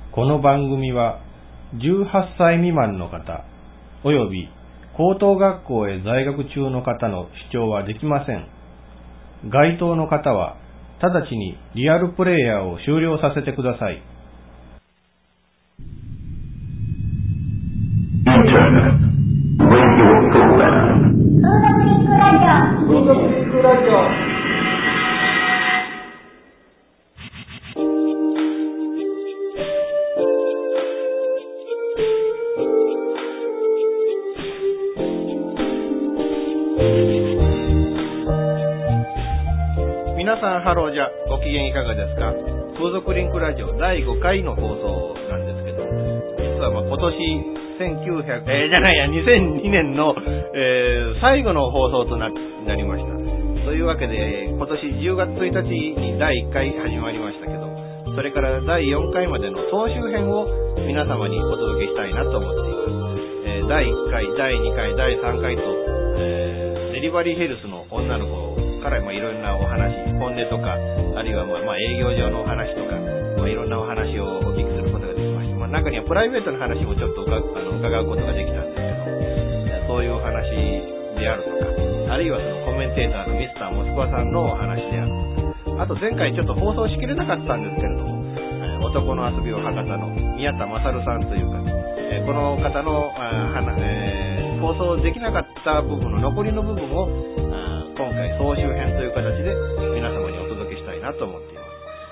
この番組は18歳未満の方および高等学校へ在学中の方の視聴はできません。該当の方は直ちにリアルプレイヤーを終了させてください。皆さんハローじゃ、ご機嫌いかがですか。風俗リンクラジオ第5回の放送なんですけど、実は今年2002年の、最後の放送となりました。というわけで今年10月1日に第1回始まりましたけど、それから第4回までの総集編を皆様にお届けしたいなと思っています。第1回、第2回、第3回と、デリバリーヘルスの女の子からいろんなお話、本音とか、あるいは営業上のお話とか、いろんなお話をお聞きすることができました。中にはプライベートの話もちょっと伺うことができたんですけど、そういうお話であるとか、あるいはそのコメンテーターのミスターモスクワさんのお話であるとか、あと前回ちょっと放送しきれなかったんですけれども、男の遊びを博多の宮田勝さんというか、この方の放送できなかった部分の残りの部分を今回総集編という形で皆様にお届けしたいなと思っています。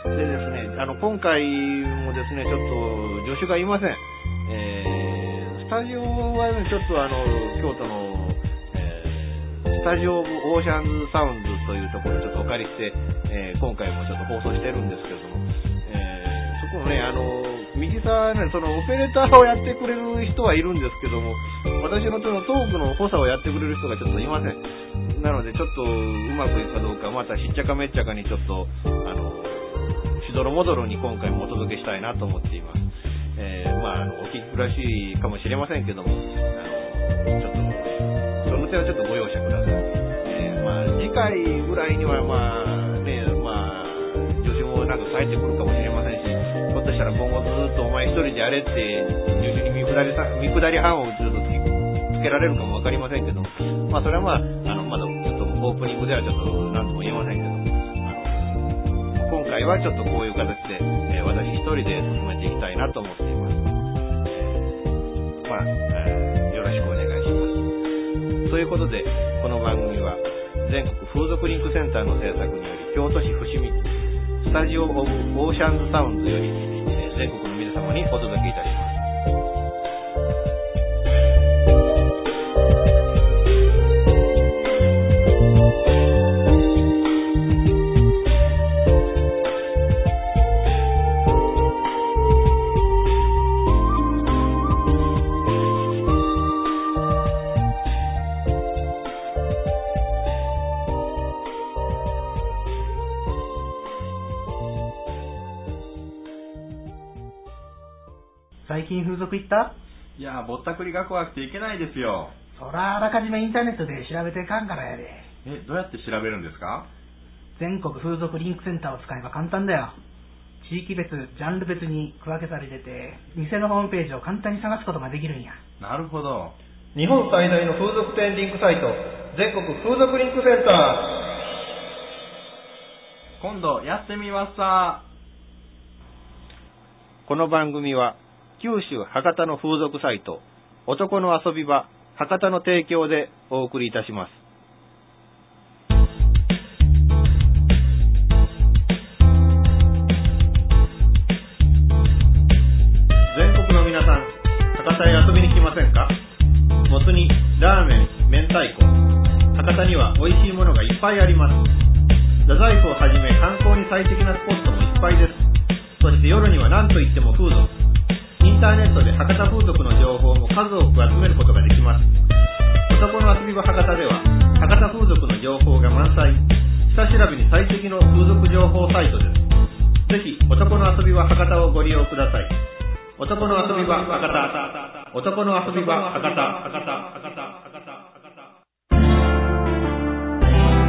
でですね、今回もですね、ちょっと助手がいません。スタジオはね、ちょっと京都の、スタジオオブオーシャンズサウンズというところをちょっとお借りして、今回もちょっと放送してるんですけれども、そこのね、右側ね、そのオペレーターをやってくれる人はいるんですけども、私のそのトークの補佐をやってくれる人がちょっといません。なのでちょっとうまくいくかどうか、またしっちゃかめっちゃかにちょっとしどろもどろに今回もお届けしたいなと思っています。お聞き苦しいかもしれませんけども、ちょっとその点はちょっとご容赦ください。次回ぐらいには助手もなんか帰ってくるかもしれませんし、ひょっとしたら今後ずっとお前一人でやれって助手に見下り班をずっとつけられるかもわかりませんけど、それはまだちょっとオープニングではちょっと何とも言えませんけど、今回はちょっとこういう形で、私一人で進めていきたいなと思っています。よろしくお願いします。ということで、この番組は全国風俗リンクセンターの制作により、京都市伏見スタジオオブオーシャンズサウンズより、全国の皆様にお届けいたします。 最近風俗行った？ いやぼったくりが怖くていけないですよ。 そらあらかじめインターネットで調べてかんからやで。 どうやって調べるんですか？ 全国風俗リンクセンターを使えば簡単だよ。地域別、ジャンル別に区分けされてて、店のホームページを簡単に探すことができるんや。 なるほど。 日本最大の風俗店リンクサイト、全国風俗リンクセンター。今度やってみますさ。 この番組は九州博多の風俗サイト、男の遊び場博多の提供でお送りいたします。全国の皆さん、博多へ遊びに来ませんか？もつ煮、ラーメン、明太子、博多には美味しいものがいっぱいあります。太宰府をはじめ観光に最適なスポットもいっぱいです。そして夜には何といっても風俗。インターネットで博多風俗の情報も数多く集めることができます。男の遊び場博多では博多風俗の情報が満載。下調べに最適の風俗情報サイトです。ぜひ男の遊び場博多をご利用ください。男の遊び場博多、男の遊び場博多。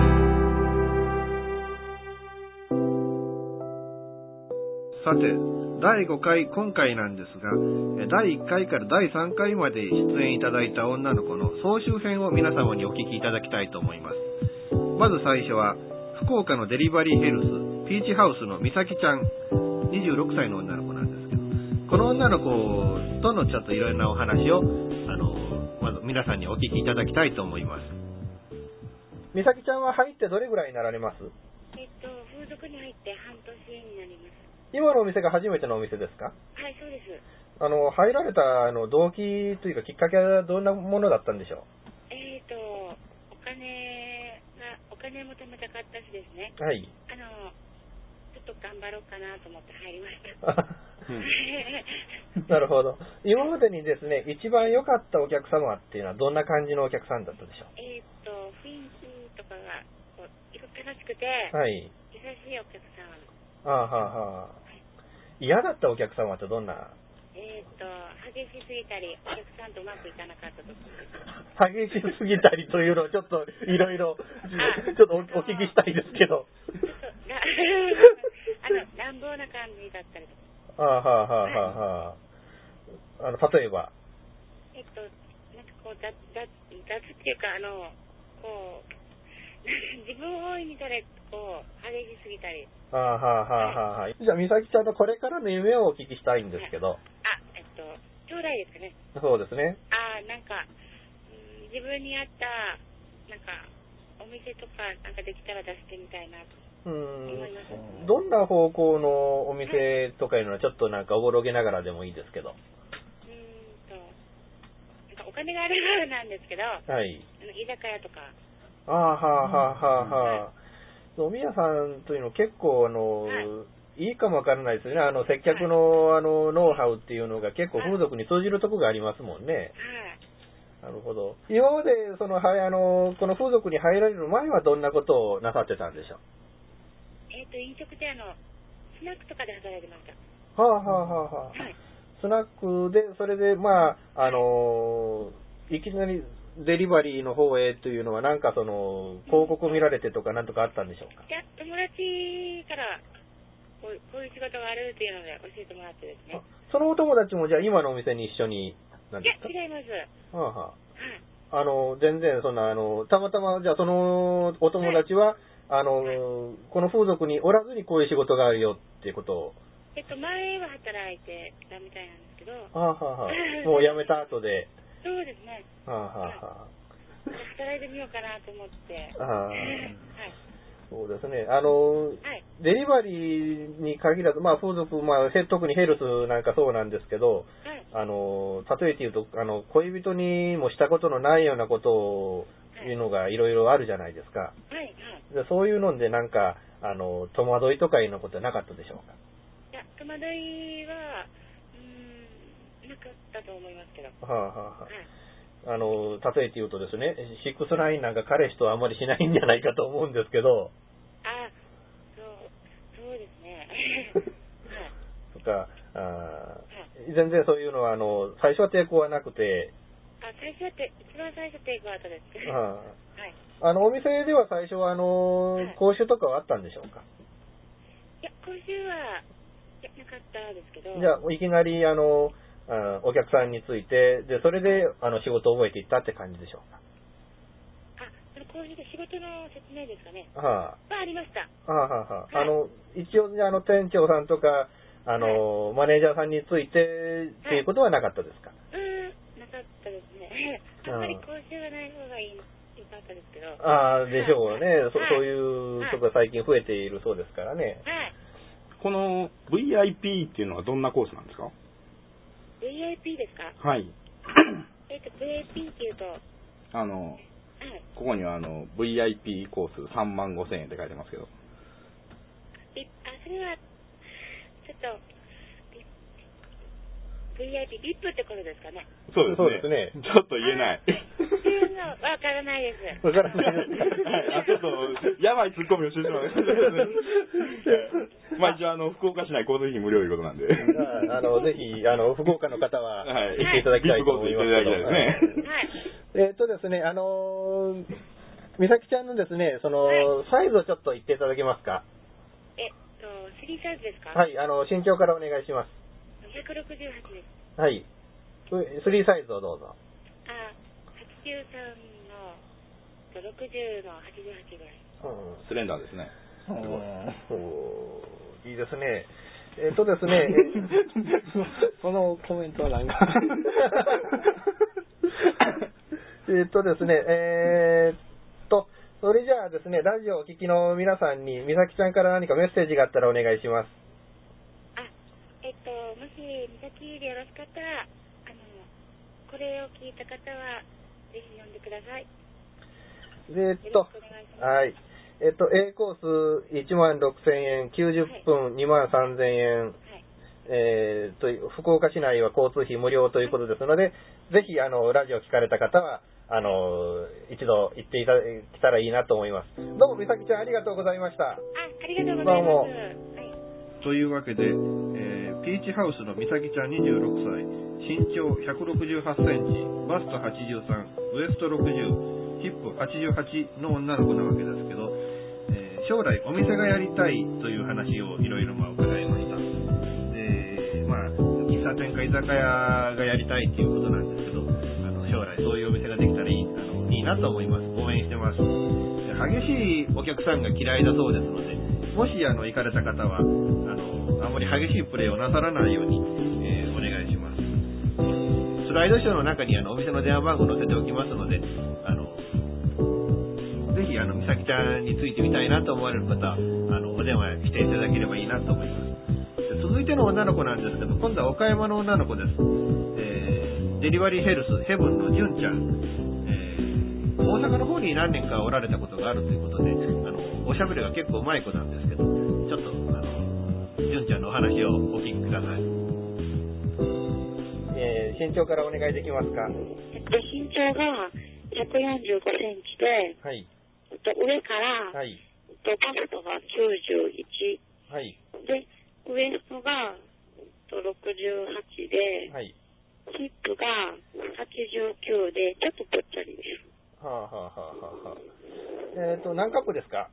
さて、 第5回、今回なんですが、第1回から第3回まで出演いただいた女の子の総集編を皆様にお聞きいただきたいと思います。まず最初は、福岡のデリバリーヘルス、ピーチハウスの美咲ちゃん、26歳の女の子なんですけど、この女の子とのちょっといろんなお話を、まず皆さんにお聞きいただきたいと思います。美咲ちゃんは入ってどれぐらいになられます？ 風俗に入って半年になります。 今のお店が初めてのお店ですか？ はい、そうです。 入られた動機というかきっかけはどんなものだったんでしょう？ お金もたまたかったしですね。 はい。 ちょっと頑張ろうかなと思って入りました。 なるほど。今までにですね、一番良かったお客様っていうのはどんな感じのお客さんだったでしょう？ 雰囲気とかが楽しくて、 はい。 優しいお客様。 嫌だったお客様ってどんな？ 激しすぎたり、お客さんとうまくいかなかったとき。 激しすぎたりというのをちょっといろいろちょっとお聞きしたいですけど。 乱暴な感じだったりとか。 例えば。 なんかこう雑っていうか自分を大いにされ激しすぎたり。 じゃあ美咲ちゃんのこれからの夢をお聞きしたいんですけど。 将来ですかね。 そうですね。 なんか自分に合ったなんかお店とかなんかできたら出してみたいなと思います。 どんな方向のお店とかいうのはちょっとなんかおぼろげながらでもいいですけど。 なんかお金があればなんですけど。 はい。 居酒屋とか。 飲み屋さんというの結構いいかもわからないですよね。接客のノウハウっていうのが結構風俗に通じるところがありますもんね。なるほど。今までこの風俗に入られる前はどんなことをなさってたんでしょう？ 飲食店スナックとかで働いてました。 スナックでそれでいきなりデリバリーの方へというのはなんか広告見られてとかなんとかあったんでしょうか？ いや、友達からこういう仕事があるっていうので教えてもらってですね。 そのお友達もじゃあ今のお店に一緒になんですか？ いや、違います。 全然そんなたまたまじゃあそのお友達は、この風俗におらずにこういう仕事があるよっていうことを。 前は働いてたみたいなんですけど。 もう辞めた後で。 そうですね。働いてみようかなと思って。そうですね。デリバリーに限らず、風俗、特にヘルスなんかそうなんですけど、例えて言うと、恋人にもしたことのないようなことをいうのがいろいろあるじゃないですか。そういうのでなんか、戸惑いとかいうのことはなかったでしょうか？ いや、戸惑いは、なかったと思いますけど。 例えて言うとですね、69なんか彼氏とはあまりしないんじゃないかと思うんですけど。 そうですね。 とか、全然そういうのは、最初は抵抗はなくて。 一番最初抵抗あったです。 お店では最初は、講習とかはあったんでしょうか？ いや、講習はなかったですけど。 じゃあ、いきなり、お客さんについて、で、それで、仕事を覚えていったって感じでしょうか？ 講習で仕事の説明ですかね。 ありました。 一応、店長さんとか、マネージャーさんについて、っていうことはなかったですか？ なかったですね。あんまり講習がない方がよかったですけど。 でしょうね。そういうとこが最近増えているそうですからね。 この VIP っていうのはどんなコースなんですか？ VIP ですか？ はい。 VIP っていうと、 ここにはVIP コース35,000円って書いてますけど。 それは、ちょっと、VIP、VIP ってことですかね？ そうですね。ちょっと言えない。 っていうのはわからないです。 わからないですか？ちょっと、やばいツッコミをしてしまう。一応、福岡市内交通費無料ということなんで。 ぜひ、福岡の方は、行っていただきたいと思いますけど。ですね、美咲ちゃんのですね、サイズをちょっと言っていただけますか？ 3サイズですか？ はい、身長からお願いします。 168です。 はい。3サイズをどうぞ。 83の60の88ぐらい。 スレンダーですね。すごい。いいですね。ですね。 そのコメントは何か。 ですね。それじゃあですね、ラジオをお聞きの皆さんに、美咲ちゃんから何かメッセージがあったらお願いします。 もし美咲でよろしかったら、これを聞いた方は、ぜひ読んでください。 はい。A コース16,000円、90分23,000円。福岡市内は交通費無料ということですので、ぜひ、ラジオ聞かれた方は、一度行っていただけたらいいなと思います。どうも、美咲ちゃんありがとうございました。 ありがとうございます。 どうも。 というわけで、ピーチハウスの美咲ちゃん26歳、身長168センチ、バスト83、ウエスト60、ヒップ88の女の子なわけですけど、将来お店がやりたいという話をいろいろ伺いました。喫茶店か居酒屋がやりたいということなんですけど、将来そういうお店ができたらいいなと思います。応援してます。激しいお客さんが嫌いだそうですので、もし行かれた方はあまり激しいプレーをなさらないように、お願いします。スライドショーの中にお店の電話番号載せておきますので、ぜひ美咲ちゃんについてみたいなと思われる方はお電話していただければいいなと思います。続いての女の子なんですけど、今度は岡山の女の子です。デリバリーヘルスヘブンの純ちゃん、大阪の方に何年かおられたことがあるということで、おしゃべりが結構うまい子なんですけど、ちょっと純ちゃんのお話をお聞きください。 身長からお願いできますか？ 身長が145センチで、 はい。 上から、 はい。 バストが91、 はい。 で、ウエストが68で、 はい。 ヒップが89で、ちょっとぽっちゃりです。 何カップですか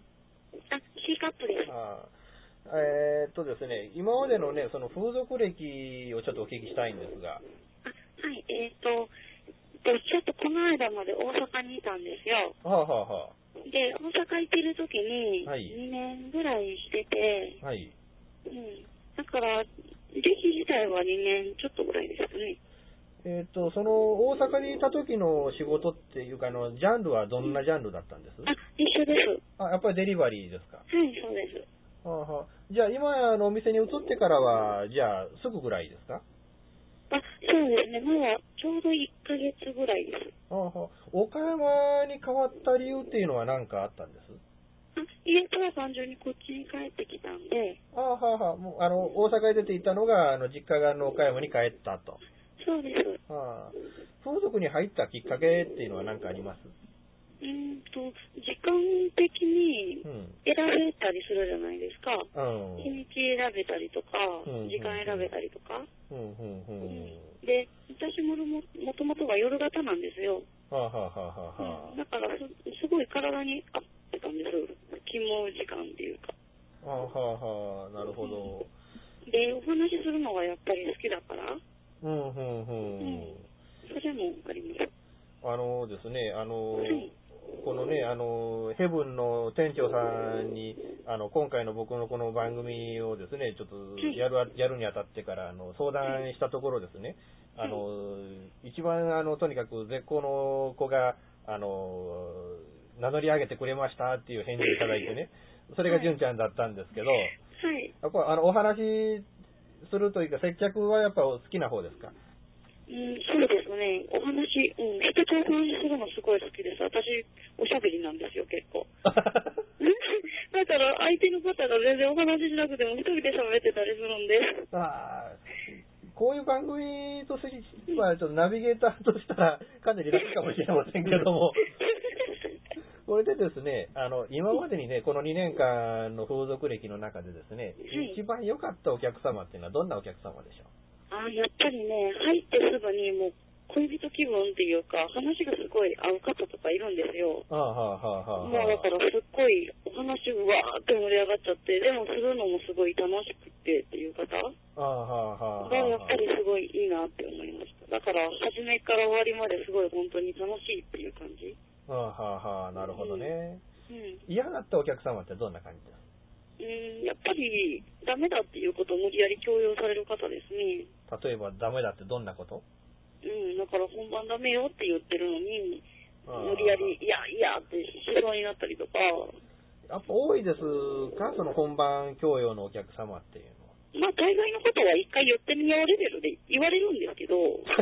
？C カップです。 ですね、今までのね、その風俗歴をちょっとお聞きしたいんですが。 はい、ちょっとこの間まで大阪にいたんですよ。で、大阪行ってる時に、2年ぐらいしてて、 はい。 だから、歴自体は2年ちょっとぐらいですね。 その大阪にいた時の仕事っていうか、ジャンルはどんなジャンルだったんです？ 一緒です。 やっぱりデリバリーですか？ はい、そうです。 じゃあ今お店に移ってからは、じゃあすぐぐらいですか？ そうですね。まだちょうど1ヶ月ぐらいです。 岡山に変わった理由っていうのは何かあったんです？ 家から単純にこっちに帰ってきたんで。 もう大阪へ出て行ったのが、実家が岡山に帰ったと。 そうです。 風俗に入ったきっかけっていうのは何かあります？ 時間的に選べたりするじゃないですか。日にち選べたりとか、時間選べたりとか。で、私もともとが夜型なんですよ。だからすごい体に合ってたんです。勤務時間っていうか。 なるほど。 で、お話しするのがやっぱり好きだから。それもあります。 ですね、このね、ヘブンの店長さんに、今回の僕のこの番組をですね、ちょっとやるにあたってから、相談したところですね、一番、とにかく絶好の子が、名乗り上げてくれましたっていう返事をいただいてね、それが純ちゃんだったんですけど、やっぱお話しするというか、接客はやっぱ好きな方ですか？ そうですね。お話、人とお話しするのすごい好きです。私、おしゃべりなんですよ、結構。だから相手の方が全然お話ししなくても一人で喋ってたりするんで。 こういう番組としては、ちょっとナビゲーターとしたらかなり楽かもしれませんけども。これでですね、今までにね、この2年間の風俗歴の中でですね、一番良かったお客様っていうのはどんなお客様でしょう？ やっぱりね、入ってすぐにもう、こ恋人気分っていうか、話がすごい合う方とかいるんですよ。もうだからすっごいお話うわーって盛り上がっちゃって、でもするのもすごい楽しくてっていう方がやっぱりすごいいいなって思いました。だから初めから終わりまですごい本当に楽しいっていう感じ。 なるほどね。嫌だったお客様ってどんな感じですか？ やっぱりダメだっていうことを無理やり強要される方ですね。 例えばダメだってどんなこと？ だから本番ダメよって言ってるのに、無理やり、いやってしそうになったりとか。 やっぱ多いですか、その本番強要のお客様っていうのは。 まあ、大概のことは一回言ってみようレベルで言われるんですけど。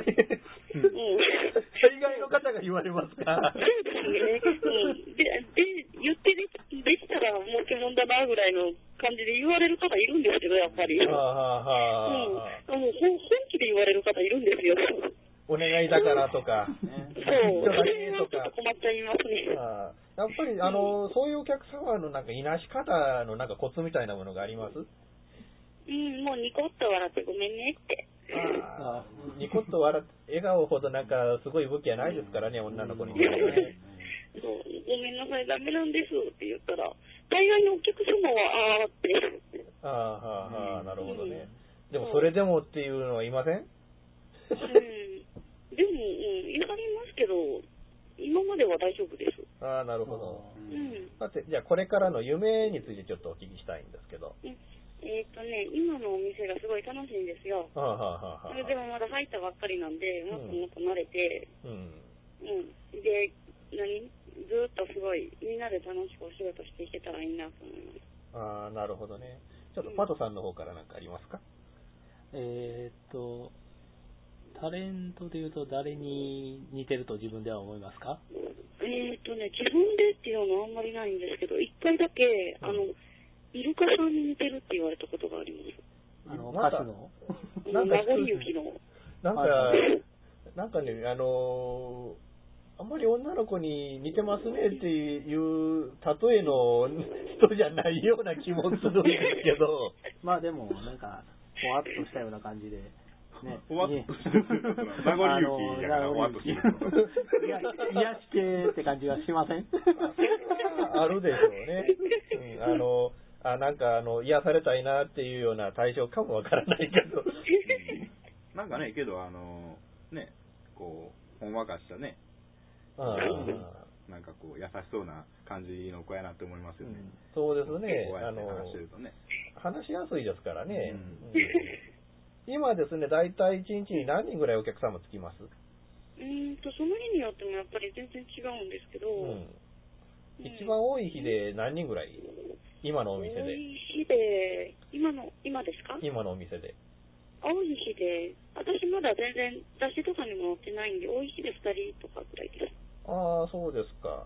大概の方が言われますか？ そうですね。で、言ってできたらもうけもんだなぐらいの感じで言われる方いるんですけど、やっぱり。もう本気で言われる方いるんですよ。 お願いだからとか。 そう。それはちょっと困っちゃいますね。 やっぱり、そういうお客様のなんかいなし方のなんかコツみたいなものがあります？ もうニコッと笑ってごめんねって。 ニコッと笑って、笑顔ほどなんかすごい武器はないですからね、女の子に、ね。 そう、ごめんなさい、ダメなんですって言ったら、大概のお客様は、って。 なるほどね。でも、それでもっていうのはいません？ でも、言われますけど、今までは大丈夫です。 なるほど。さて、じゃあこれからの夢についてちょっとお聞きしたいんですけど。 今のお店がすごい楽しいんですよ。でもまだ入ったばっかりなんで、もっともっと慣れて、で、ずっとすごいみんなで楽しくお仕事していけたらいいなと思います。 なるほどね。ちょっとパトさんの方から何かありますか？ タレントでいうと誰に似てると自分では思いますか？ 自分でっていうのはあんまりないんですけど、一回だけ、イルカさんに似てるって言われたことがあります。 歌手の名残雪の。 なんかね、あんまり女の子に似てますねっていう例えの人じゃないような気もするんですけど。 まあでも、なんか、ふわっとしたような感じで。ね、 ふわっとしてる。名残雪やからふわっとしてる。 癒し系って感じがしません？ あるでしょうね。なんか癒されたいなっていうような対象かもわからないけど。 なんかね、けどね、こう、ほんわかしたね。なんかこう、優しそうな感じの子やなって思いますよね。 そうですね。 こうやって話してるとね。 話しやすいですからね。今ですね、だいたい1日に何人ぐらいお客様つきます？ その日によってもやっぱり全然違うんですけど、 一番多い日で何人ぐらい？今のお店で。 多い日で、今ですか？ 今のお店で。 多い日で、私まだ全然雑誌とかにも載ってないんで、多い日で2人とかぐらいです。 そうですか。 はい。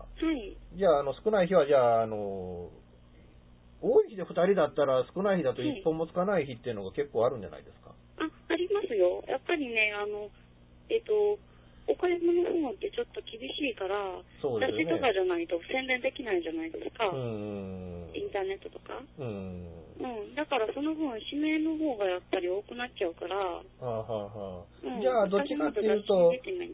じゃあ、少ない日は、じゃあ、多い日で2人だったら、少ない日だと1本もつかない日っていうのが結構あるんじゃないですか？ ありますよ。やっぱりね、お買い物の方ってちょっと厳しいから、雑誌とかじゃないと宣伝できないじゃないですか。インターネットとか。だからその分、指名の方がやっぱり多くなっちゃうから。 じゃあ、どっちかっていうと、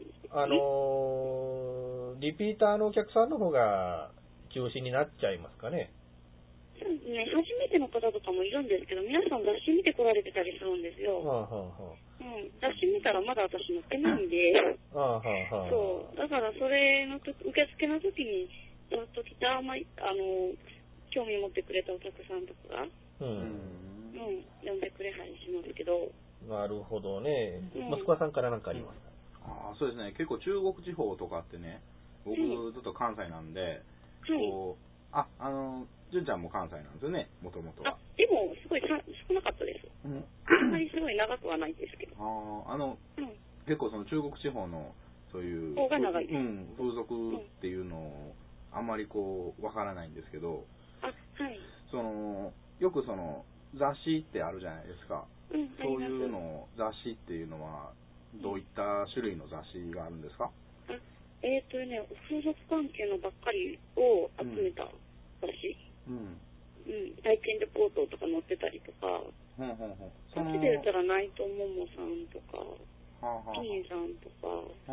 リピーターのお客さんの方が中心になっちゃいますかね。 そうですね、初めての方とかもいるんですけど、皆さん雑誌見て来られてたりするんですよ。雑誌見たらまだ私載ってないんで、そう、だからそれの受付の時に、ちょっと来た、興味持ってくれたお客さんとかが、呼んでくれはりしますけど。 なるほどね。息子さんから何かありますか？ そうですね、結構中国地方とかってね、僕ずっと関西なんで、こう、純ちゃんも関西なんですよね、もともとは。 でも、すごい少なかったです。あんまりすごい長くはないですけど。 結構その中国地方の、そういう、風俗っていうのを、あんまりこう、わからないんですけど、よくその、雑誌ってあるじゃないですか。そういうの、雑誌っていうのは、どういった種類の雑誌があるんですか？ 風俗関係のばっかりを集めた雑誌。体験レポートとか載ってたりとか、そっちで言ったらナイトモモさんとか。 議員さんとか、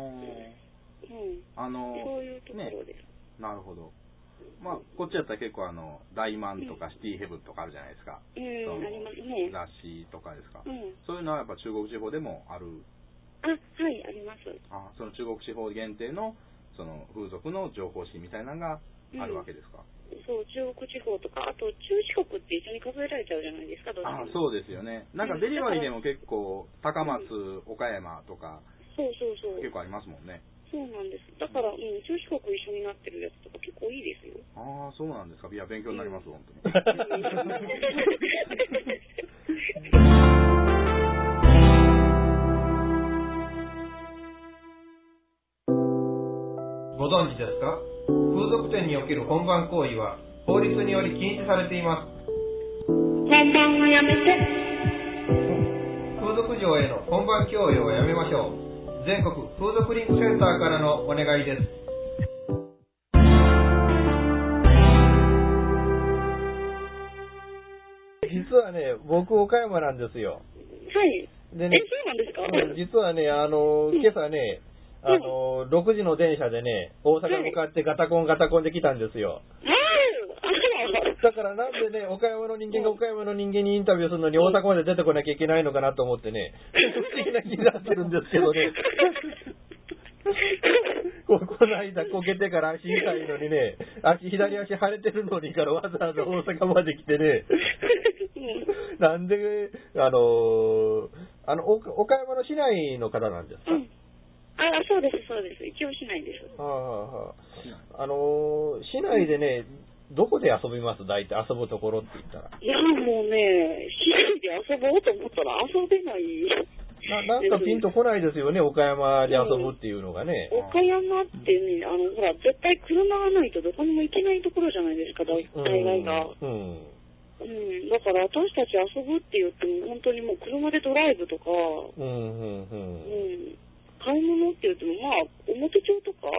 そういうところです。 なるほど。まあ、こっちやったら結構大満とかシティヘブンとかあるじゃないですか。 ありますね。 雑誌とかですか。そういうのはやっぱ中国地方でもある。 はい、あります。 その中国地方限定の、その風俗の情報誌みたいなのがあるわけですか。 そう、中国地方とか、あと中四国って一緒に数えられちゃうじゃないですか、どうしても。 そうですよね。なんかデリバリーでも結構、高松、岡山とか、結構ありますもんね。 そうなんです。だから、中四国一緒になってるやつとか結構いいですよ。 そうなんですか。いや、勉強になります、本当に。 ご存知ですか？風俗店における本番行為は法律により禁止されています。 本番はやめて。 風俗嬢への本番強要はやめましょう。全国風俗リンクセンターからのお願いです。 実はね、僕岡山なんですよ。 はい。 でね、 そうなんですか？ 実はね、今朝ね、6時の電車でね、大阪向かってガタコンで来たんですよ。だからなんでね、岡山の人間が岡山の人間にインタビューするのに大阪まで出てこなきゃいけないのかなと思ってね、不思議な気がするんですけどね。この間こけてから足痛いのにね、左足腫れてるのにからわざわざ大阪まで来てね、なんで、岡山の市内の方なんですか？ そうです。一応市内です。 市内でね、どこで遊びます？大体遊ぶところって言ったら。 いや、もうね、市内で遊ぼうと思ったら遊べない。 なんかピンとこないですよね、岡山で遊ぶっていうのがね。 岡山ってね、ほら、絶対車がないとどこにも行けないところじゃないですか、大概が。だから私たち遊ぶって言っても、本当にもう車でドライブとか、買い物って言っても、まあ、表町とか。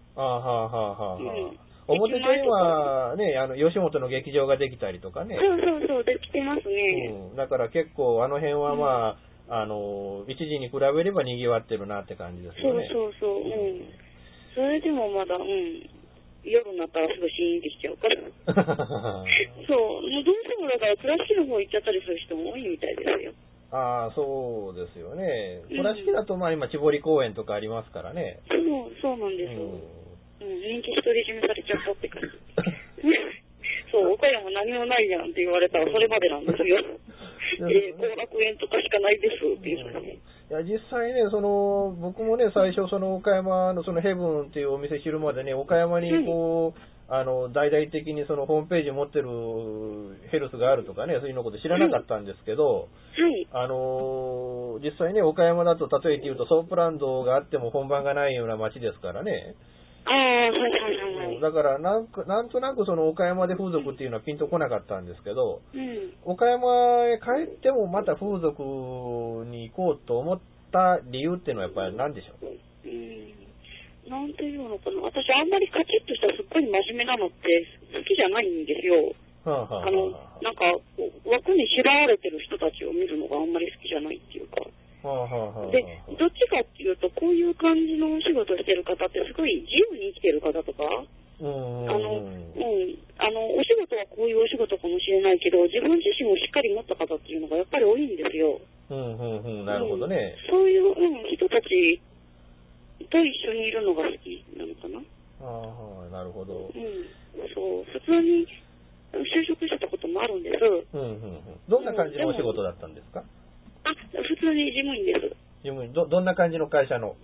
表町にはね、吉本の劇場ができたりとかね。 そう、できてますね。 だから結構あの辺はまあ、一時に比べれば賑わってるなって感じですよね。 そう。それでもまだ、夜になったらすぐシーンってしちゃうから。そう、どうしてもだから倉敷の方行っちゃったりする人も多いみたいですよ。 そうですよね。倉敷だとまあ今、千堀公園とかありますからね。 そうなんですよ。人気独り占めされちゃったって感じ。そう、岡山何もないじゃんって言われたらそれまでなんですよ。後楽園とかしかないですって言うからね。 いや、実際ね、僕もね、最初岡山のヘブンっていうお店知るまでね、岡山に大々的にホームページ持ってるヘルスがあるとかね、そういうのこと知らなかったんですけど、実際ね、岡山だと例えて言うとソープランドがあっても本番がないような街ですからね。だからなんとなく岡山で風俗っていうのはピンとこなかったんですけど、岡山へ帰ってもまた風俗に行こうと思った理由っていうのはやっぱり何でしょう？ なんていうのかな、私あんまりカチッとしたすっごい真面目なのって好きじゃないんですよ。なんか枠に縛られてる人たちを見るのがあんまり好きじゃないっていうか。で、どっちかっていうと、こういう感じのお仕事してる方ってすごい自由に生きてる方とか、お仕事はこういうお仕事かもしれないけど、自分自身をしっかり持った方っていうのがやっぱり多いんですよ。 なるほどね。 そういう、人たちと一緒にいるのが好きなのかな。 なるほど。 そう、普通に就職してたこともあるんです。 どんな感じのお仕事だったんですか？ 普通に事務員です。 事務員、どんな感じの会社の？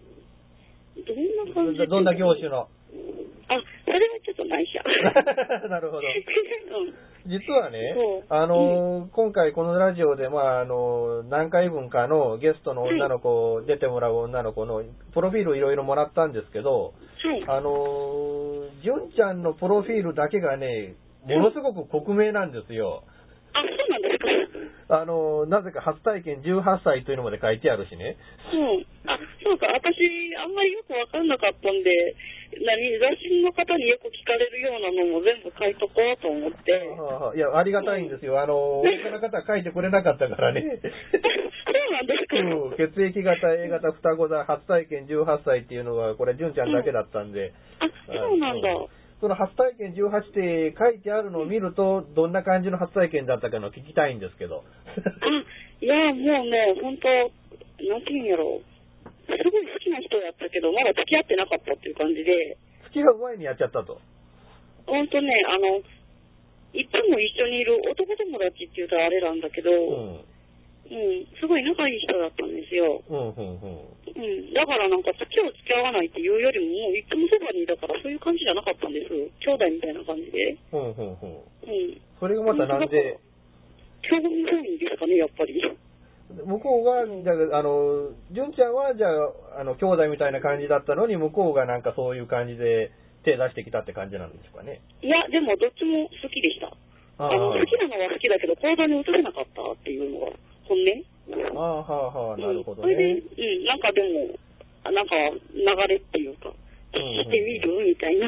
どんな業種の？ それはちょっと内緒。 なるほど。実はね、今回このラジオで、何回分かのゲストの女の子、出てもらう女の子のプロフィールをいろいろもらったんですけど、純ちゃんのプロフィールだけがね、ものすごく克明なんですよ。 そうなんですか。 なぜか初体験18歳というのまで書いてあるしね。 そうか、私、あんまりよくわかんなかったんで、雑誌の方によく聞かれるようなのも全部書いとこうと思って。 いや、ありがたいんですよ。他の方は書いてくれなかったからね。 そうなんですか。 血液型、A 型、双子座、初体験18歳っていうのが、これ、純ちゃんだけだったんで。 そうなんだ。 その初体験18って書いてあるのを見ると、どんな感じの初体験だったかの聞きたいんですけど。 いや、もうね、本当なんていうんやろう。すごい好きな人やったけど、まだ付き合ってなかったっていう感じで。 付き合う前にやっちゃったと。 本当ね、いつも一緒にいる男友達って言うとあれなんだけど、すごい仲いい人だったんですよ。だからなんか付き合わないっていうよりも、もういつもそばにいたからそういう感じじゃなかったんです。兄弟みたいな感じで。 それがまたなんで興味本位ですかね、やっぱり。 向こうが、じゃあ、純ちゃんは、じゃあ、兄弟みたいな感じだったのに、向こうがなんかそういう感じで手出してきたって感じなんですかね。 いや、でもどっちも好きでした。好きなのは好きだけど、行動に移せなかったっていうのが本音。 なるほどね。 それで、なんかでも、なんか流れっていうか、してみるみたいな。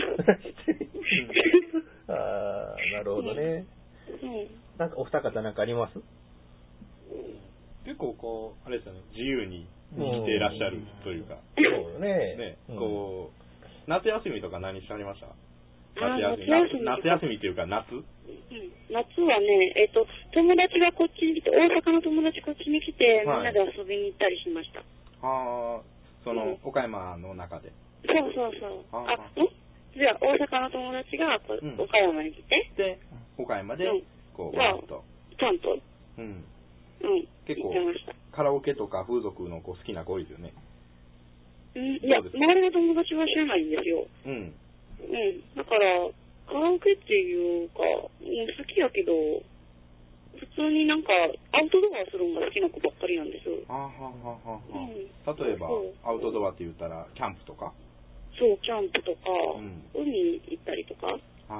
なるほどね。なんかお二方なんかあります？ 結構こう、あれですよね、自由に生きていらっしゃるというか。 そうね。 こう、夏休みとか何してありました？夏休みっていうか夏？ 夏はね、友達がこっちに来て、大阪の友達こっちに来て、みんなで遊びに行ったりしました。 その、岡山の中で。 そう。じゃあ、大阪の友達が岡山に来て。 で、岡山で、こう、わーっと。 ちゃんと。 結構、カラオケとか風俗の子好きな子多いですよね。 いや、周りの友達は知らないんですよ。だから、カラオケっていうか、好きやけど、普通になんか、アウトドアするのが好きな子ばっかりなんです。例えば、アウトドアって言ったら、キャンプとか？ そう、キャンプとか、海行ったりとか。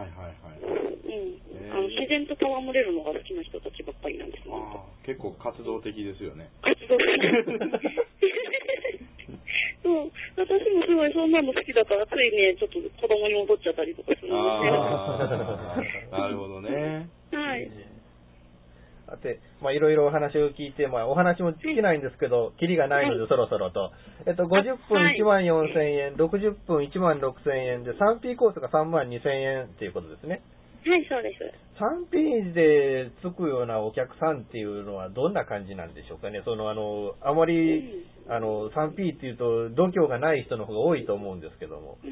自然と戯れるのが好きな人たちばっかりなんですね。 結構活動的ですよね。 活動的。そう、私もすごいそんなの好きだから、ついね、ちょっと子供に戻っちゃったりとかするんですよ。なるほどね。 はい。 さて、いろいろお話を聞いて、お話も尽きないんですけど、キリがないので、そろそろと。50分14,000円、60分16,000円で、3P コースが32,000円っていうことですね。 はい、そうです。 3P でつくようなお客さんっていうのはどんな感じなんでしょうかね。あまり、3P っていうと、度胸がない人の方が多いと思うんですけども。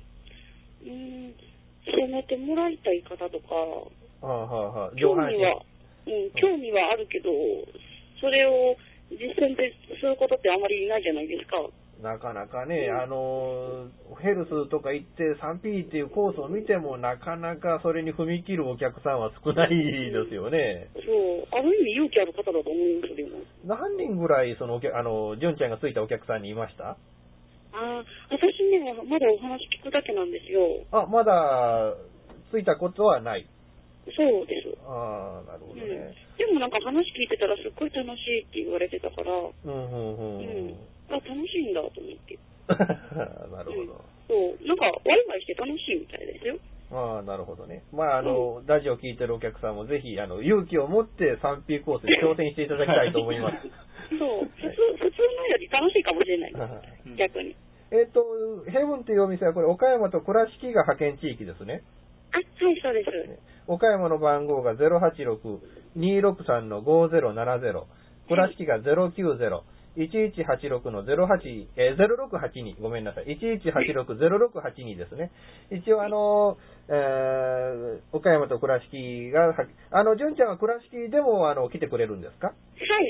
攻めてもらいたい方とか、興味はあるけど、それを実践ですることってあまりいないじゃないですか。 なかなかね、ヘルスとか行って 3P っていうコースを見ても、なかなかそれに踏み切るお客さんは少ないですよね。 そう、ある意味勇気ある方だと思います、でも。 何人ぐらい、純ちゃんがついたお客さんにいました？ 私ね、まだお話聞くだけなんですよ。 まだついたことはない。 そうです。 なるほどね。 でもなんか話聞いてたらすっごい楽しいって言われてたから、楽しいんだと思って。 なるほど。 そう、なんかワイワイして楽しいみたいですよ。 なるほどね。ラジオ聞いてるお客さんもぜひ、勇気を持って 3P コースに挑戦していただきたいと思います。 そう、普通のより楽しいかもしれない。逆に。 ヘブンというお店はこれ、岡山と倉敷が派遣地域ですね。 はい、そうです。 岡山の番号が 086-263-5070。倉敷が 090-1186-0682。ごめんなさい。1186-0682ですね。一応岡山と倉敷が、純ちゃんは倉敷でも来てくれるんですか？ はい、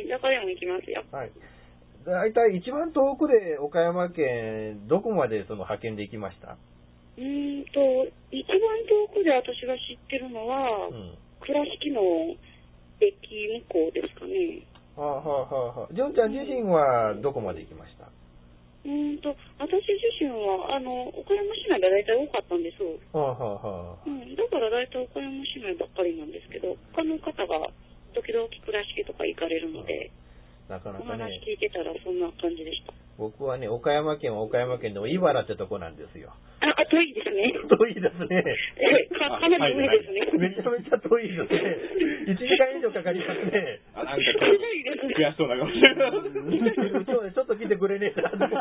どこでも行きますよ。 はい。だいたい一番遠くで岡山県、どこまで派遣で行きました？ 一番遠くで私が知ってるのは、倉敷の駅向こうですかね。 純ちゃん自身はどこまで行きました？ 私自身は、岡山市内が大体多かったんです。だから大体岡山市内ばっかりなんですけど、他の方が時々倉敷とか行かれるので、 なかなかね。 お話聞いてたらそんな感じでした。 僕はね、岡山県は岡山県でも茨ってとこなんですよ。 遠いですね。 遠いですね。 かなり遠いですね。 めちゃめちゃ遠いですね。1時間以上かかりますね。 なんか悔しそうな顔してる。 今日ね、ちょっと来てくれねえな。 ちょっと、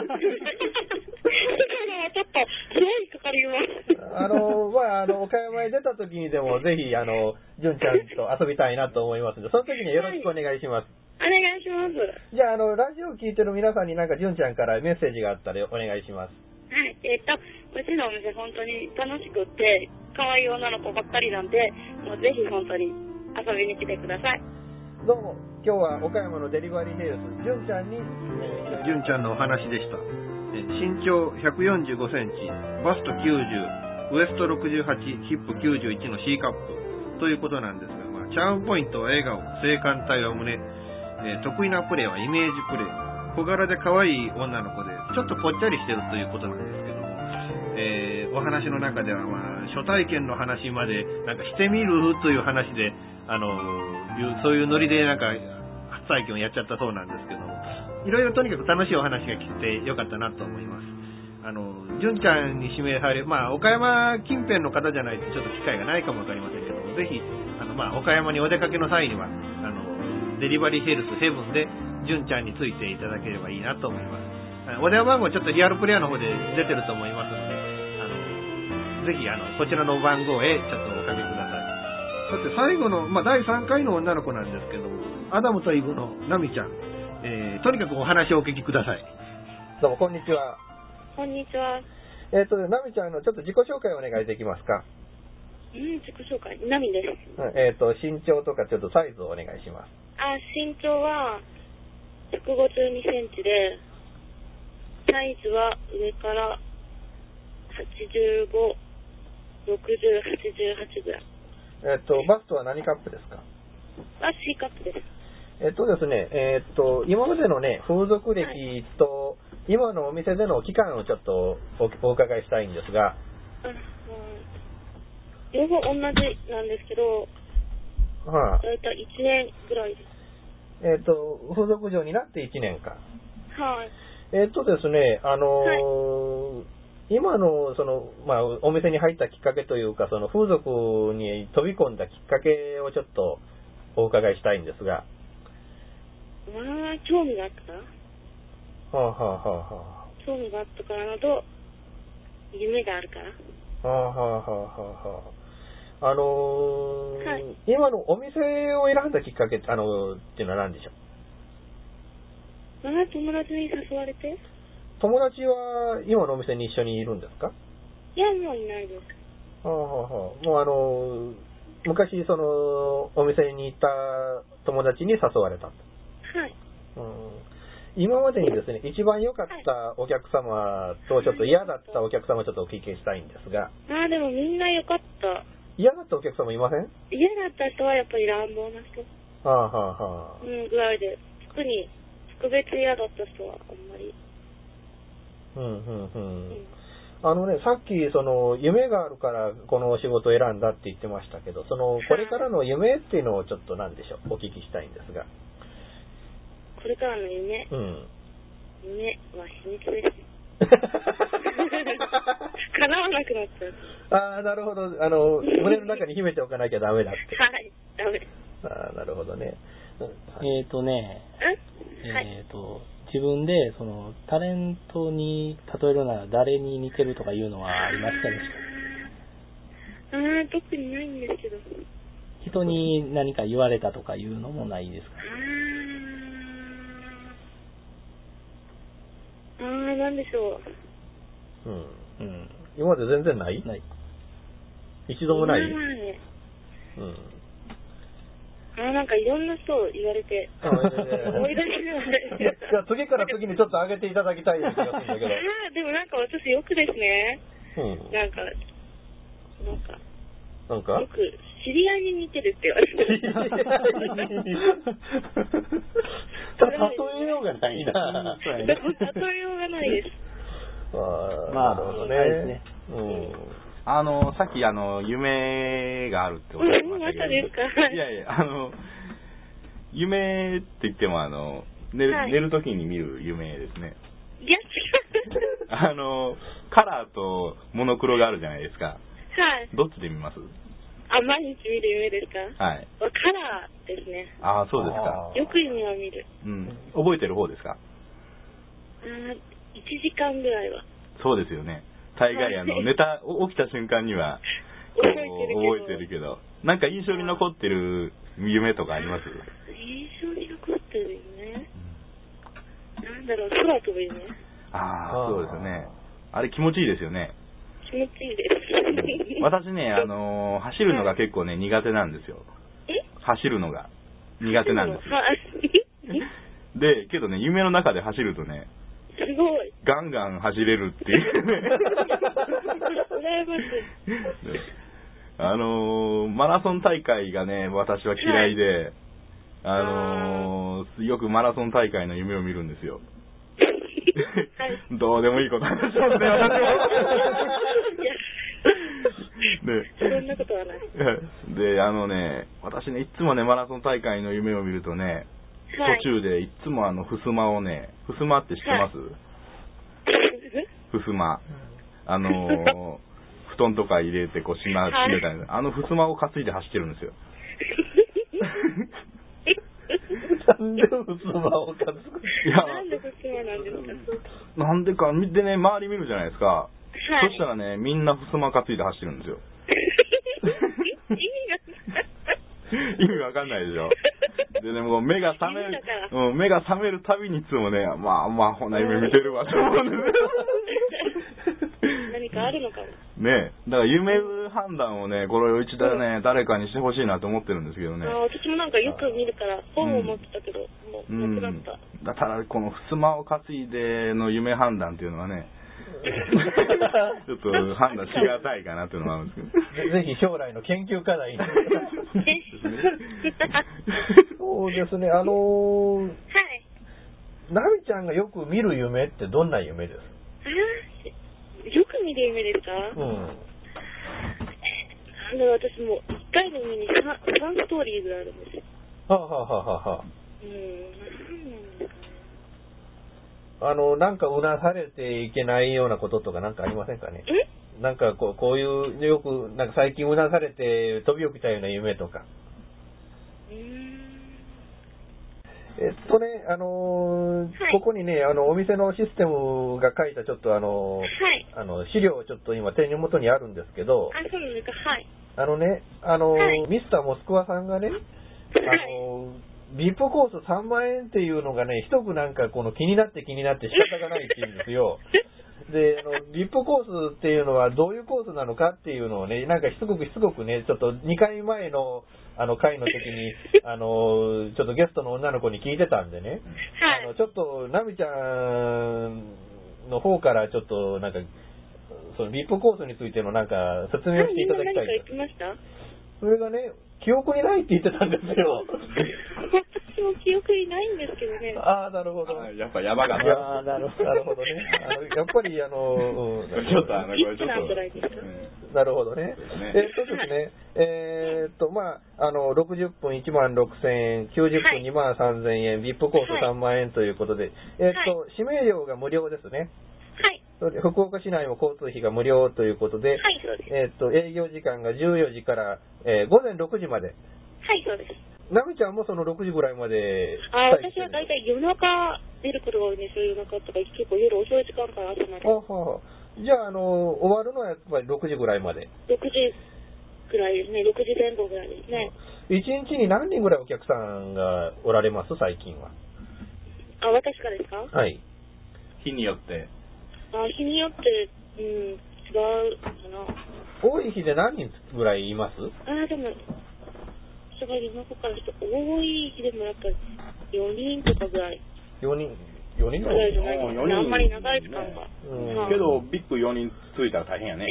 すごいかかります。 岡山へ出た時にでも、ぜひ、純ちゃんと遊びたいなと思いますので、その時によろしくお願いします。 お願いします。 じゃあ、ラジオを聞いてる皆さんになんか、純ちゃんからメッセージがあったらお願いします。 はい、うちのお店本当に楽しくって、可愛い女の子ばっかりなんで、もうぜひ本当に遊びに来てください。 どうも、今日は岡山のデリバリーヘルス、純ちゃんに、 純ちゃんのお話でした。身長145センチ、バスト90、ウエスト68、ヒップ91の C カップということなんですが、チャームポイントは笑顔、性感帯は胸、得意なプレーはイメージプレー。小柄で可愛い女の子で、ちょっとぽっちゃりしてるということなんですけども、お話の中では、初体験の話まで、なんかしてみるという話で、そういうノリでなんか、初体験をやっちゃったそうなんですけども、いろいろとにかく楽しいお話が聞いてよかったなと思います。純ちゃんに指名される、岡山近辺の方じゃないとちょっと機会がないかもわかりませんけども、ぜひ、岡山にお出かけの際には、デリバリーヘルスヘブンで、純ちゃんについていただければいいなと思います。お電話番号ちょっとリアルプレイヤーの方で出てると思いますので、ぜひこちらの番号へちょっとおかけください。さて最後の、第3回の女の子なんですけども、アダムとイブのナミちゃん、とにかくお話をお聞きください。 どうもこんにちは。 こんにちは。 ナミちゃんのちょっと自己紹介をお願いできますか。 自己紹介、ナミです。 身長とかちょっとサイズをお願いします。 身長は152センチで、サイズは上から85、60、88ぐらい。 バストは何カップですか ？C カップです。 ですね、今までのね、風俗歴と、今のお店での期間をちょっとお伺いしたいんですが。 両方同じなんですけど、だいたい1年ぐらいです。 風俗嬢になって1年間。 はい。 ですね、今の、お店に入ったきっかけというか、風俗に飛び込んだきっかけをちょっとお伺いしたいんですが。 興味があったから。興味があったからのと、夢があるから。今のお店を選んだきっかけっていうのは何でしょう？友達に誘われて。 友達は今のお店に一緒にいるんですか？ いや、もういないです。 もう昔お店にいた友達に誘われた。 はい。 今までにですね、一番良かったお客様とちょっと嫌だったお客様をちょっとお聞きしたいんですが。 でもみんな良かった。 嫌だったお客様いません？ 嫌だった人はやっぱり乱暴な人。ぐらいで、特別嫌だった人はあんまり。 さっき夢があるからこの仕事を選んだって言ってましたけど、これからの夢っていうのをちょっと何でしょう、お聞きしたいんですが。 これからの夢。夢は秘密です。叶わなくなっちゃう。 なるほど。胸の中に秘めておかなきゃダメだって。 はい、ダメ。 なるほどね。 自分でタレントに例えるなら誰に似てるとかいうのはありましたでしょうか？ 特にないんですけど。 人に何か言われたとかいうのもないですか？ なんでしょう。今まで全然ない？ ない。 一度もない？ なんかいろんな人言われて、思い出しない。次から次にちょっと上げていただきたい気がするんだけど。 でもなんか私よくですね。なんか、よく知り合いに似てるって言われてる。 例えようがないな。 例えようがないです。 なるほどね。 さっき夢があるっておっしゃいましたけど。 ですか？ いやいや、夢って言っても寝る時に見る夢ですね。 いや、違う。 カラーとモノクロがあるじゃないですか。 はい。 どっちで見ます？ 毎日見る夢ですか？ はい。 カラーですね。 ああ、そうですか。 よく夢を見る。 うん。覚えてる方ですか ？1時間ぐらいは。 そうですよね。大概起きた瞬間には覚えてるけど、なんか印象に残ってる夢とかあります？ 印象に残ってる夢？なんだろう、空飛ぶ夢。 ああ、そうですよね。あれ気持ちいいですよね。 気持ちいいです。 私ね、走るのが結構ね、苦手なんですよ。走るのが苦手なんですよ。で、けどね、夢の中で走るとね、 すごい。 ガンガン走れるっていうね。 羨ましい。マラソン大会がね、私は嫌いで、よくマラソン大会の夢を見るんですよ。はい、どうでもいいこと話しますね、私は。そんなことはない。 で、私ね、いつもね、マラソン大会の夢を見るとね、 はい、 途中でいつもふすまをね、ふすまって知ってます？はい、ふすま。布団とか入れてこう閉めたり、ふすまを担いで走ってるんですよ。 なんでふすまを担ぐ？ なんでふすまなんですか？ なんでか、でね、周り見るじゃないですか。 はい、 そしたらね、みんなふすま担いで走ってるんですよ。意味わかんないでしょ。でね、もう目が覚めるたびにいつもね、まあ、ほな夢見てるわと思うんですよ。 何かあるのかも。 ねえ、だから夢判断をね、これを一度ね、誰かにしてほしいなと思ってるんですけどね。 私もなんかよく見るから本を持ってたけど、もうなくなった。 だからこのふすまを担いでの夢判断っていうのはね、ちょっと判断しがたいかなというのがあるんですけど。 ぜひ将来の研究課題に。そうですね、 はい。 ナミちゃんがよく見る夢ってどんな夢です？ よく見る夢ですか？私も1回の夢に 3ストーリーぐらいあるんですよ。 なんかうなされていけないようなこととかなんかありませんかね？なんかこういうよくなんか最近うなされて飛び起きたような夢とか。ここにね、お店のシステムが書いたちょっと資料ちょっと今手元にあるんですけど、 そうなんですか、はい。 ミスターモスクワさんがね、ビップコース3万円っていうのがね、一つなんかこの気になって仕方がないって言うんですよ。で、ビップコースっていうのはどういうコースなのかっていうのをね、なんかしつこくね、ちょっと2回前の回の時に、ちょっとゲストの女の子に聞いてたんでね、 はい、 ちょっとナミちゃんの方からちょっとなんか、そのビップコースについてのなんか説明をしていただきたい。 何か言ってました？ それがね、記憶にないって言ってたんですよ。 私も記憶にないんですけどね。 なるほど。 やっぱ山が。 なるほどね。やっぱりちょっとこれちょっと。なるほどね。ですね。60分16,000円、90分23,000円、ビップコース3万円ということで、指名料が無料ですね。 はい。 福岡市内も交通費が無料ということで、 はい、そうです。 営業時間が14時から、午前6時まで。 はい、そうです。 ナミちゃんもその6時ぐらいまで。 私は大体夜中出ることが多いんですよ。夜中とか結構夜遅い時間から朝まで。 じゃあ、終わるのはやっぱり6時ぐらいまで。 6時ぐらいですね。6時前後ぐらいですね。 1日に何人ぐらいお客さんがおられます？最近は。 私からですか？ はい。 日によって。 日によって、違うかな。 多い日で何人ぐらいいます？ でも、それ夜中からして多い日でもやっぱり4人とかぐらい。 4人ぐらいじゃないですかね。あんまり長い時間が。 けど、ビップ4人ついたら大変やね。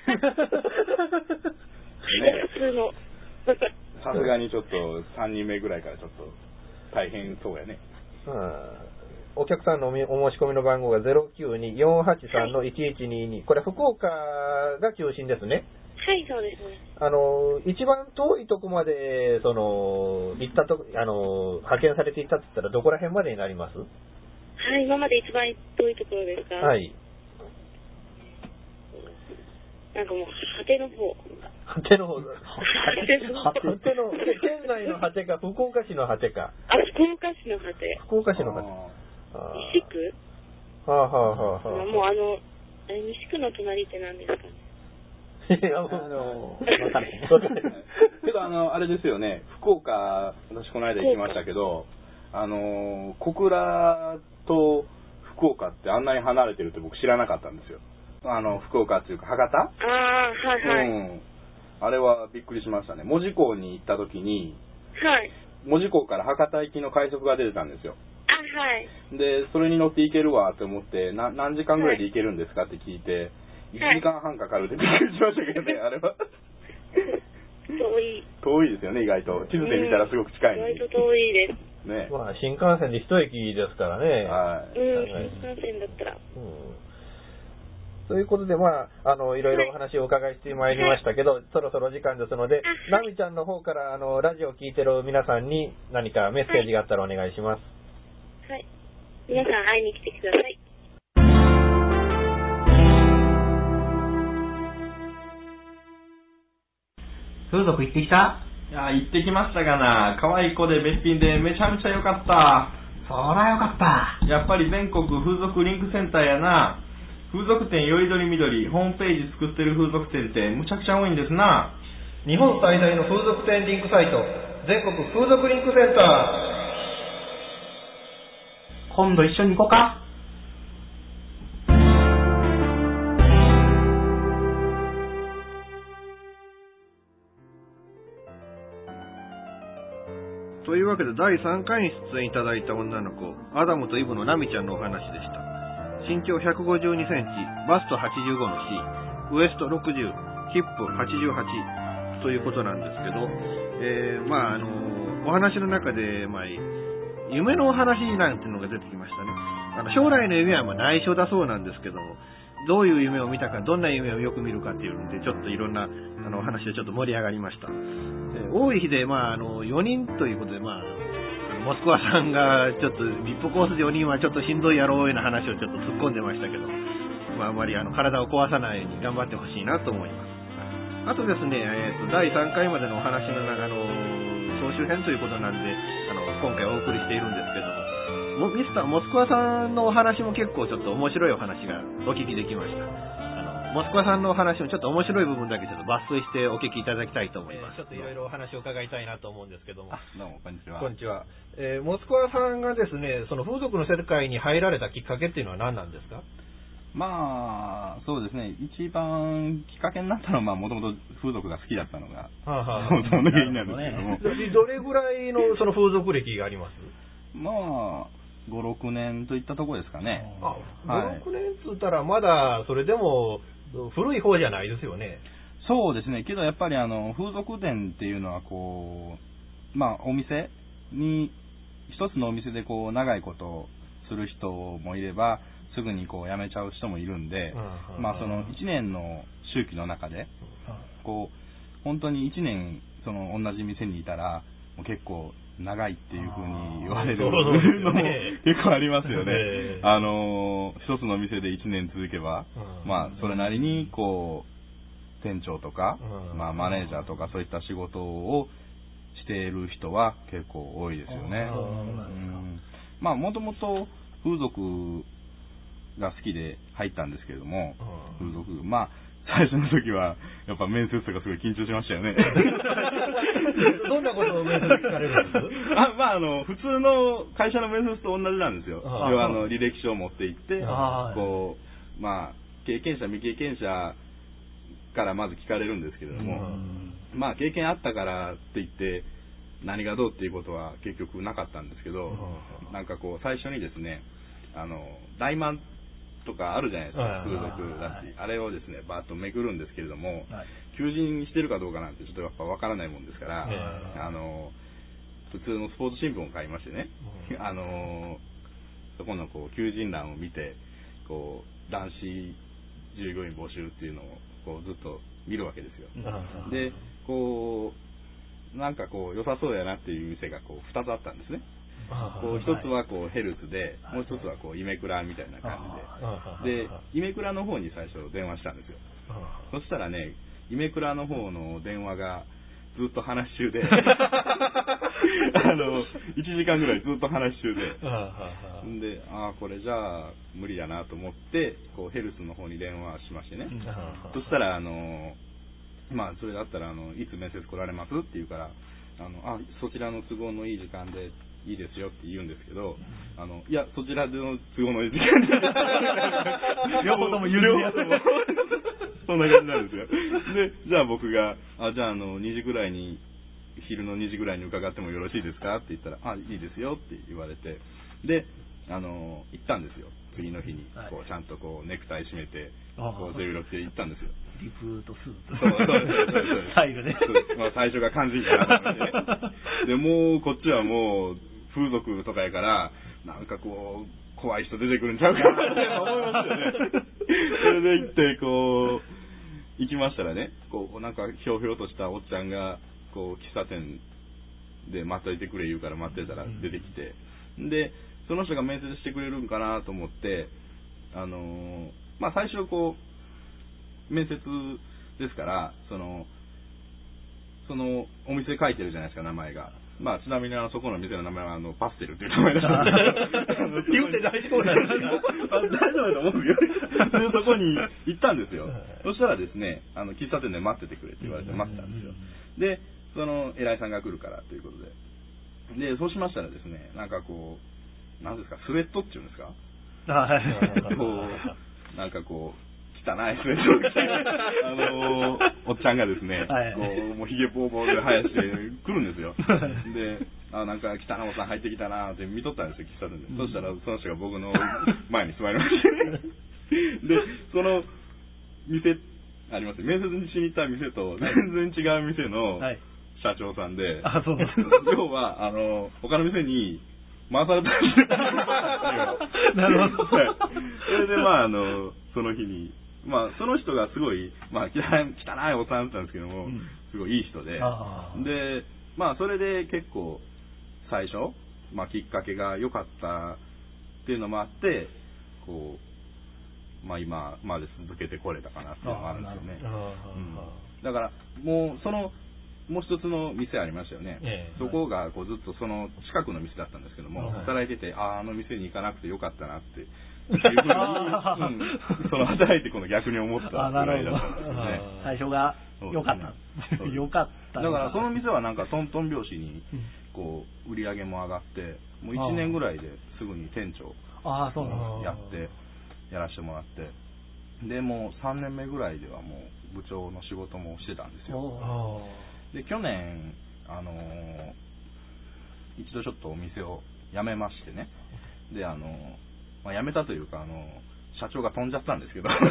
普通の。 さすがにちょっと3人目ぐらいからちょっと大変そうやね。 お客さんのお申し込みの番号が 092-483-1122。これ福岡が中心ですね。 はい、そうですね。 一番遠いとこまで、行ったと、派遣されていたって言ったらどこら辺までになります？ はい、今まで一番遠いところですか？ はい。 なんかもう、果ての方。 果ての方。県内の果てか、福岡市の果てか。 あ、福岡市の果て。 福岡市の果て。 西区？ はあはあはあはあ。 もう西区の隣って何ですかね。 わかんない。けどあれですよね、福岡、私この間行きましたけど、小倉と福岡ってあんなに離れてるって僕知らなかったんですよ。福岡っていうか、博多？ はいはい。 うん。あれはびっくりしましたね。門司港に行った時に、 はい。 門司港から博多行きの快速が出てたんですよ。 はい。 で、それに乗って行けるわって思って、何時間ぐらいで行けるんですかって聞いて、1時間半かかるってびっくりしましたけどね、あれは。遠いですよね、意外と。地図で見たらすごく近いのに。 意外と遠いです。 ね。 まあ、新幹線で一駅ですからね。 はい。 新幹線だったら。 ということで、まあ、いろいろお話をお伺いしてまいりましたけど、そろそろ時間ですので、ナミちゃんの方から、ラジオを聞いてる皆さんに何かメッセージがあったらお願いします。 はい。皆さん会いに来てください。 風俗行ってきた？ いや、行ってきましたがな。可愛い子でべっぴんでめちゃめちゃ良かった。 そらよかった。 やっぱり全国風俗リンクセンターやな。風俗店よりどりみどり、ホームページ作ってる風俗店ってむちゃくちゃ多いんですな。 日本最大の風俗店リンクサイト、全国風俗リンクセンター。今度一緒に行こうか。 というわけで第3回に出演いただいた女の子、アダムとイブのナミちゃんのお話でした。身長152センチ、バスト85の C、ウエスト60、ヒップ88ということなんですけど、お話の中で、夢のお話なんていうのが出てきましたね。将来の夢は内緒だそうなんですけど、どういう夢を見たか、どんな夢をよく見るかっていうので、ちょっといろんなお話でちょっと盛り上がりました。多い日で、4人ということで、モスクワさんがちょっとビップコースで4人はちょっとしんどいやろうような話をちょっと突っ込んでましたけど、あまり体を壊さないように頑張ってほしいなと思います。あとですね、第3回までのお話の中総集編ということなんで、今回お送りしているんですけども、ミスターモスクワさんのお話も結構ちょっと面白いお話がお聞きできました。モスクワさんのお話もちょっと面白い部分だけちょっと抜粋してお聞きいただきたいと思います。 ちょっといろいろお話を伺いたいなと思うんですけども。 どうも、こんにちは。 こんにちは。モスクワさんがですね、その風俗の世界に入られたきっかけっていうのは何なんですか？ そうですね。一番きっかけになったのは、もともと風俗が好きだったのが、 本当の原因なんですけども。 どれぐらいのその風俗歴があります？ 5、6年といったところですかね。 5、6年つったらまだそれでも古い方じゃないですよね。 そうですね。けどやっぱり風俗店っていうのはお店に、一つのお店で長いことする人もいれば、すぐに辞めちゃう人もいるんで、その1年の周期の中で、本当に1年同じ店にいたら、もう結構長いっていう風に言われるのも結構ありますよね。一つの店で1年続けば、それなりに店長とか、マネージャーとかそういった仕事をしている人は結構多いですよね。もともと風俗が好きで入ったんですけれども、風俗、最初の時はやっぱ面接とかすごい緊張しましたよね。 どんなことを面接聞かれるんです普通の会社の面接と同じなんですよ。要は履歴書を持って行って、経験者未経験者からまず聞かれるんですけれども、経験あったからって言って何がどうっていうことは結局なかったんですけど、最初にですね、大満とかあるじゃないですか、風俗だし、あれをですねバーッとめくるんですけれども、求人してるかどうかなんてちょっとやっぱ分からないもんですから、普通のスポーツ新聞を買いましてね、そこの求人欄を見て、男子従業員募集っていうのをずっと見るわけですよ。で良さそうやなっていう店が2つあったんですね。 こう一つはこうヘルツで、もう一つはこうイメクラみたいな感じで、でイメクラの方に最初電話したんですよ。そしたらね、イメクラの方の電話がずっと話し中で1時間ぐらいずっと話し中で、でこれじゃあ無理だなと思ってこうヘルスの方に電話しましてね、そしたらまあそれだったらいつ面接来られますって言うから、そちらの都合のいい時間でいいですよって言うんですけど、いやそちらの都合のいい時間で両方とも有料そんな感じなんですよ。で、じゃあ僕が、じゃあ2時ぐらいに、昼の2時ぐらいに伺ってもよろしいですかって言ったら、いいですよって言われて、で、行ったんですよ。次の日に、こう、ちゃんとこう、ネクタイ締めて、こう、背広着て行ったんですよ。 リプとスーツ。 そう最後ね。 まあ、最初が肝心かなと思ってね。で、もう、こっちはもう、風俗とかやから、なんかこう、怖い人出てくるんちゃうかなって思いましたよね。それで行って、こう、行きましたらね、こう、なんかひょうひょうとしたおっちゃんが、こう、喫茶店で待っといてくれ言うから待ってたら出てきて、で、その人が面接してくれるんかなと思って、まあ最初こう、面接ですから、そのお店書いてるじゃないですか、名前が。まあ、ちなみにそこの店の名前はパステルっていう名前だったんです言うて大丈夫なんですか？ 大丈夫だと思うよ。で、そこに行ったんですよ。そしたらですね、喫茶店で待っててくれって言われて待ってたんですよ。で、その偉いさんが来るからということで。で、そうしましたらですね、なんかこう、なんですか、スウェットっていうんですか？こう、なんかこう、汚いスウェットを着て、おっちゃんがですね、こう、もうヒゲボーボーで生やして来るんですよ。で、なんか汚いおっさん入ってきたなーって見とったんですよ、喫茶店で。そしたら、その人が僕の前に座りまして、で、その店、ありますね、面接にしに行った店と全然違う店の社長さんで、要は、他の店に回されたんですよ。 なるほど。 それで、まあ、その日に、まあ、その人がすごい、まあ、汚いおっさんだったんですけども、すごいいい人で、で、まあ、それで結構、最初、まあ、きっかけが良かったっていうのもあって、こう、まあ、今まで続けてこれたかなっていうのがあるんですよね。だから、もう一つの店ありましたよね。そこがこうずっとその近くの店だったんですけども、働いてて、店に行かなくてよかったなって。いうふうにその働いてこの逆に思ったぐらいだったんですよね。 最初が良かった。良かった。 だからその店はなんかトントン拍子にこう売り上げも上がって、もう1年ぐらいですぐに店長やってやらせてもらって、でもう3年目ぐらいではもう部長の仕事もしてたんですよ。で去年一度ちょっとお店を辞めましてね。でまあ、辞めたというか社長が飛んじゃったんですけど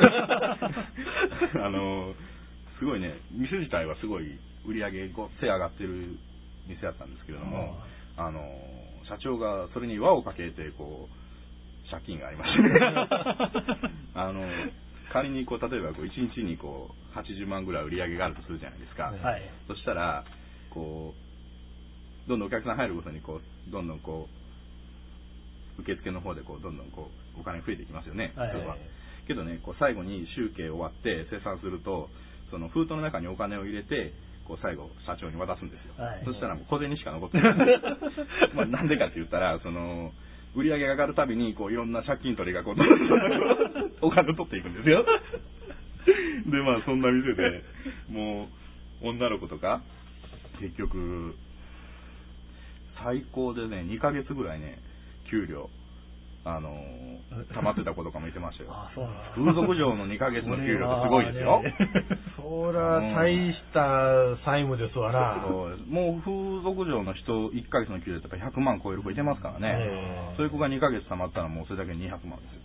すごいね、店自体はすごい売り上げごっつい上がってる店だったんですけれども、社長がそれに輪をかけてこう借金がありましてね仮にこう例えばこう1日にこう80万ぐらい売り上げがあるとするじゃないですか、そしたらこうどんどんお客さん入るごとにこうどんどんこう受付の方でこうどんどんこうお金増えていきますよね。けどね、こう最後に集計終わって清算すると、その封筒の中にお金を入れてこう最後社長に渡すんですよ。そしたらもう小銭しか残ってない。まあなんでかって言ったら、その売り上げが上がるたびにこういろんな借金取りがこうお金を取っていくんですよ。でまあそんな店でもう女の子とか結局最高でね2ヶ月ぐらいね給料溜まってた子とかもいてましたよ。風俗嬢の2ヶ月の給料ってすごいですよ。 そら大した債務ですわな。 もう風俗嬢の人1ヶ月の給料ってやっぱ100万超える子いてますからね。そういう子が2ヶ月溜まったらもうそれだけ200万ですよ。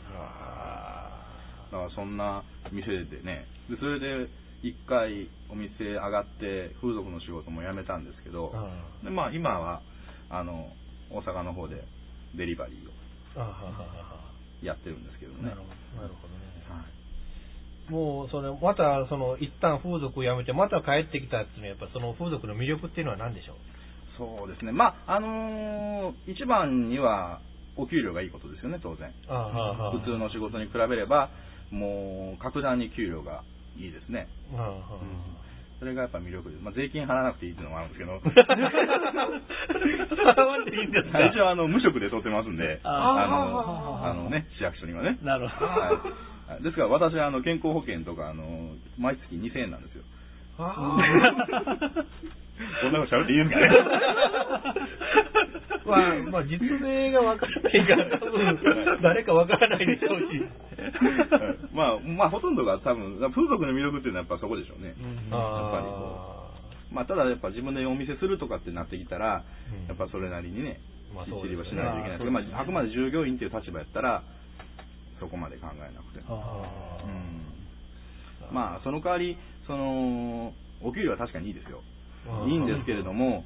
だからそんな店でね、でそれで1回お店上がって風俗の仕事も辞めたんですけど、でまあ今は大阪の方でデリバリーをやってるんですけどね。 なるほどね。もうまた一旦風俗を辞めてまた帰ってきたっていうのはやっぱその風俗の魅力っていうのは何でしょう？ そうですね。まあ、一番には、お給料がいいことですよね、当然。普通の仕事に比べれば、もう、格段に給料がいいですね。それがやっぱ魅力です。まあ、税金払わなくていいっていうのもあるんですけど。 払わんでいいんですか？ 最初無職で取ってますんで、市役所にはね。 なるほど。 はい。ですから私は健康保険とか毎月2000円なんですよ。こんなこと喋っていいんですかね。 まあ、実名がわからないから、多分、誰かわからないでしょうし。 まあ、ほとんどが多分、風俗の魅力っていうのはやっぱそこでしょうね。やっぱりまあ、ただやっぱ自分でお店するとかってなってきたら、やっぱそれなりにね、きっちりはしないといけないですけど、まあ、あくまで従業員っていう立場やったら、そこまで考えなくて。まあ、その代わり、お給料は確かにいいですよ。いいんですけれども、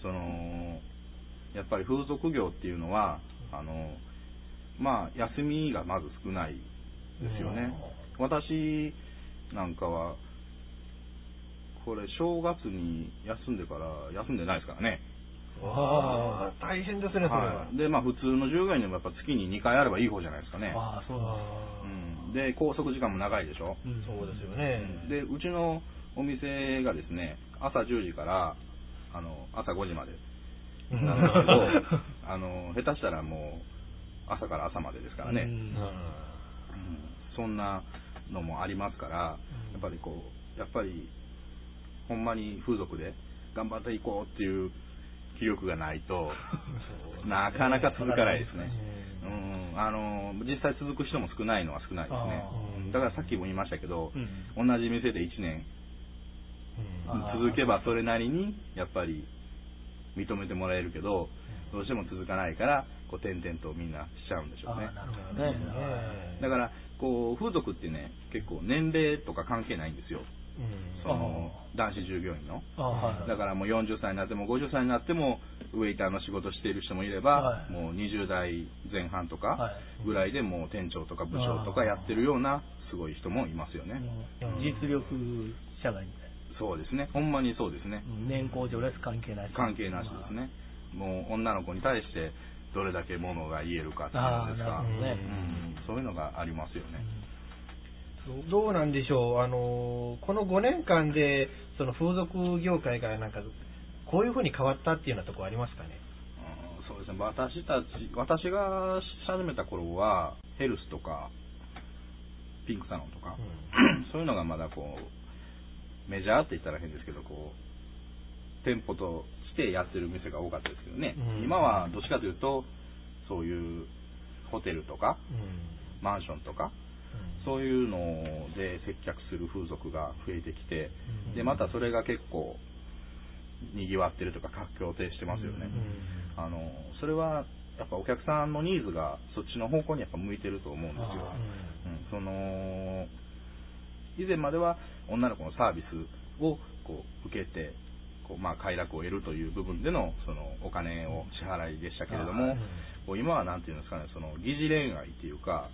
やっぱり風俗業っていうのは、まあ、休みがまず少ないですよね。私なんかは、これ、正月に休んでから、休んでないですからね。 大変ですね、それは。 で、まあ、普通の従業員でもやっぱ月に2回あればいい方じゃないですかね。で、拘束時間も長いでしょ。 そうですよね。 で、うちのお店がですね、朝10時から朝5時までなんですけど、下手したらもう朝から朝までですからね。そんなのもありますから、やっぱりほんまに風俗で頑張っていこうっていう気力がないとなかなか続かないですね。実際続く人も少ないのは少ないですね。だからさっきも言いましたけど、同じ店で1年続けばそれなりにやっぱり認めてもらえるけど、どうしても続かないから点々とみんなしちゃうんでしょうね。だから風俗ってね、結構年齢とか関係ないんですよ。男子従業員の。だからもう40歳になっても50歳になってもウェイターの仕事している人もいれば、もう20代前半とかぐらいでもう店長とか部長とかやってるようなすごい人もいますよね。 実力社外みたいな。 そうですね。ほんまにそうですね。 年功序列関係なし。 関係なしですね。もう女の子に対してどれだけものが言えるかっていうんですか。そういうのがありますよね。 どうなんでしょう。この5年間でその風俗業界がなんかこういうふうに変わったっていうようなところありますかね。 そうですね。私がし始めた頃はヘルスとかピンクサロンとか、そういうのがまだメジャーって言ったら変ですけど、店舗としてやってる店が多かったですけどね。今はどっちかというとそういうホテルとか、マンションとか、そういうので接客する風俗が増えてきて、でまたそれが結構にぎわってるとか活況停してますよね。それはやっぱお客さんのニーズがそっちの方向にやっぱ向いてると思うんですよ。以前までは女の子のサービスを受けて快楽を得るという部分でのお金を支払いでしたけれども、今はなんていうんですかね、疑似恋愛っていうか、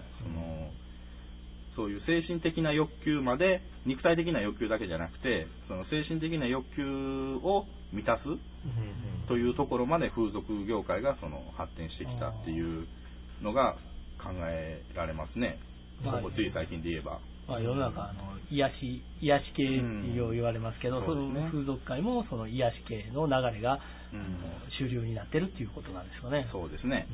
そういう精神的な欲求まで、肉体的な欲求だけじゃなくて、精神的な欲求を満たすというところまで風俗業界が発展してきたっていうのが考えられますね。ここつい最近で言えば。 世の中癒し系って言われますけど、その風俗界もその癒し系の流れが主流になってるっていうことなんですかね。 そうですね。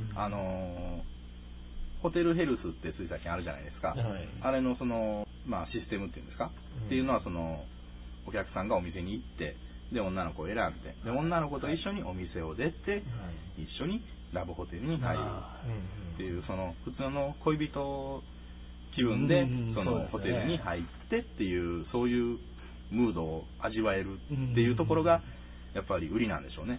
ホテルヘルスってつい最近あるじゃないですか。あれのシステムっていうんですか、っていうのはお客さんがお店に行って、で女の子を選んで、で女の子と一緒にお店を出て、一緒にラブホテルに入るっていう、普通の恋人気分でホテルに入ってっていう、そういうムードを味わえるっていうところがやっぱり売りなんでしょうね。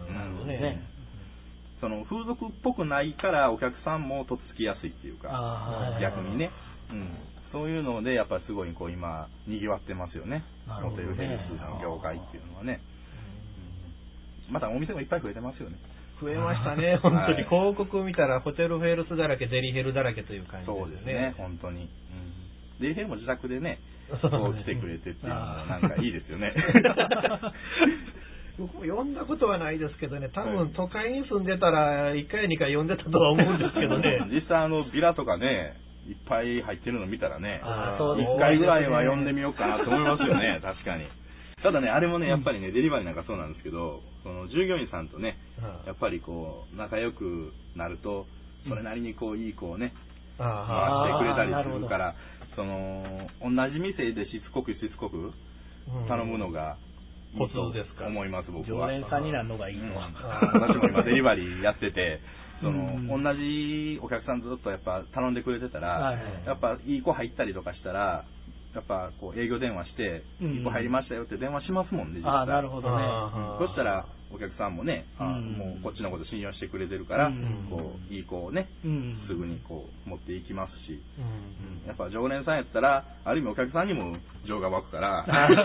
風俗っぽくないからお客さんもとっつきやすいっていうか、逆にね、そういうのでやっぱりすごい今にぎわってますよね。ホテルヘルスの業界っていうのはね。またお店もいっぱい増えてますよね。 増えましたね、本当に。広告見たらホテルヘルスだらけ、デリヘルだらけという感じですね。 そうですね、本当に。デリヘルも自宅でね、来てくれてっていうのもなんかいいですよね。 僕も読んだことはないですけどね、多分都会に住んでたら1回や2回読んでたとは思うんですけどね。 実際ビラとかね、いっぱい入ってるの見たらね、 そうですね、 1回ぐらいは読んでみようかなと思いますよね、確かに。ただね、あれもね、やっぱりね、デリバリーなんかそうなんですけど、その従業員さんとね、やっぱりこう、仲良くなると、それなりにこう、いい子をね、回してくれたりするから、その、同じ店でしつこく頼むのが、いいと思います、僕は。 常連さんになるのがいいと。 私も今デリバリーやってて、その、同じお客さんずっとやっぱ頼んでくれてたら、やっぱいい子入ったりとかしたら、やっぱこう営業電話して、いい子入りましたよって電話しますもんね、実際。 なるほどね。 そしたら、お客さんもね、もうこっちのこと信用してくれてるから、こう、いい子をね、すぐにこう、持っていきますし、やっぱ常連さんやったら、ある意味お客さんにも情が湧くから、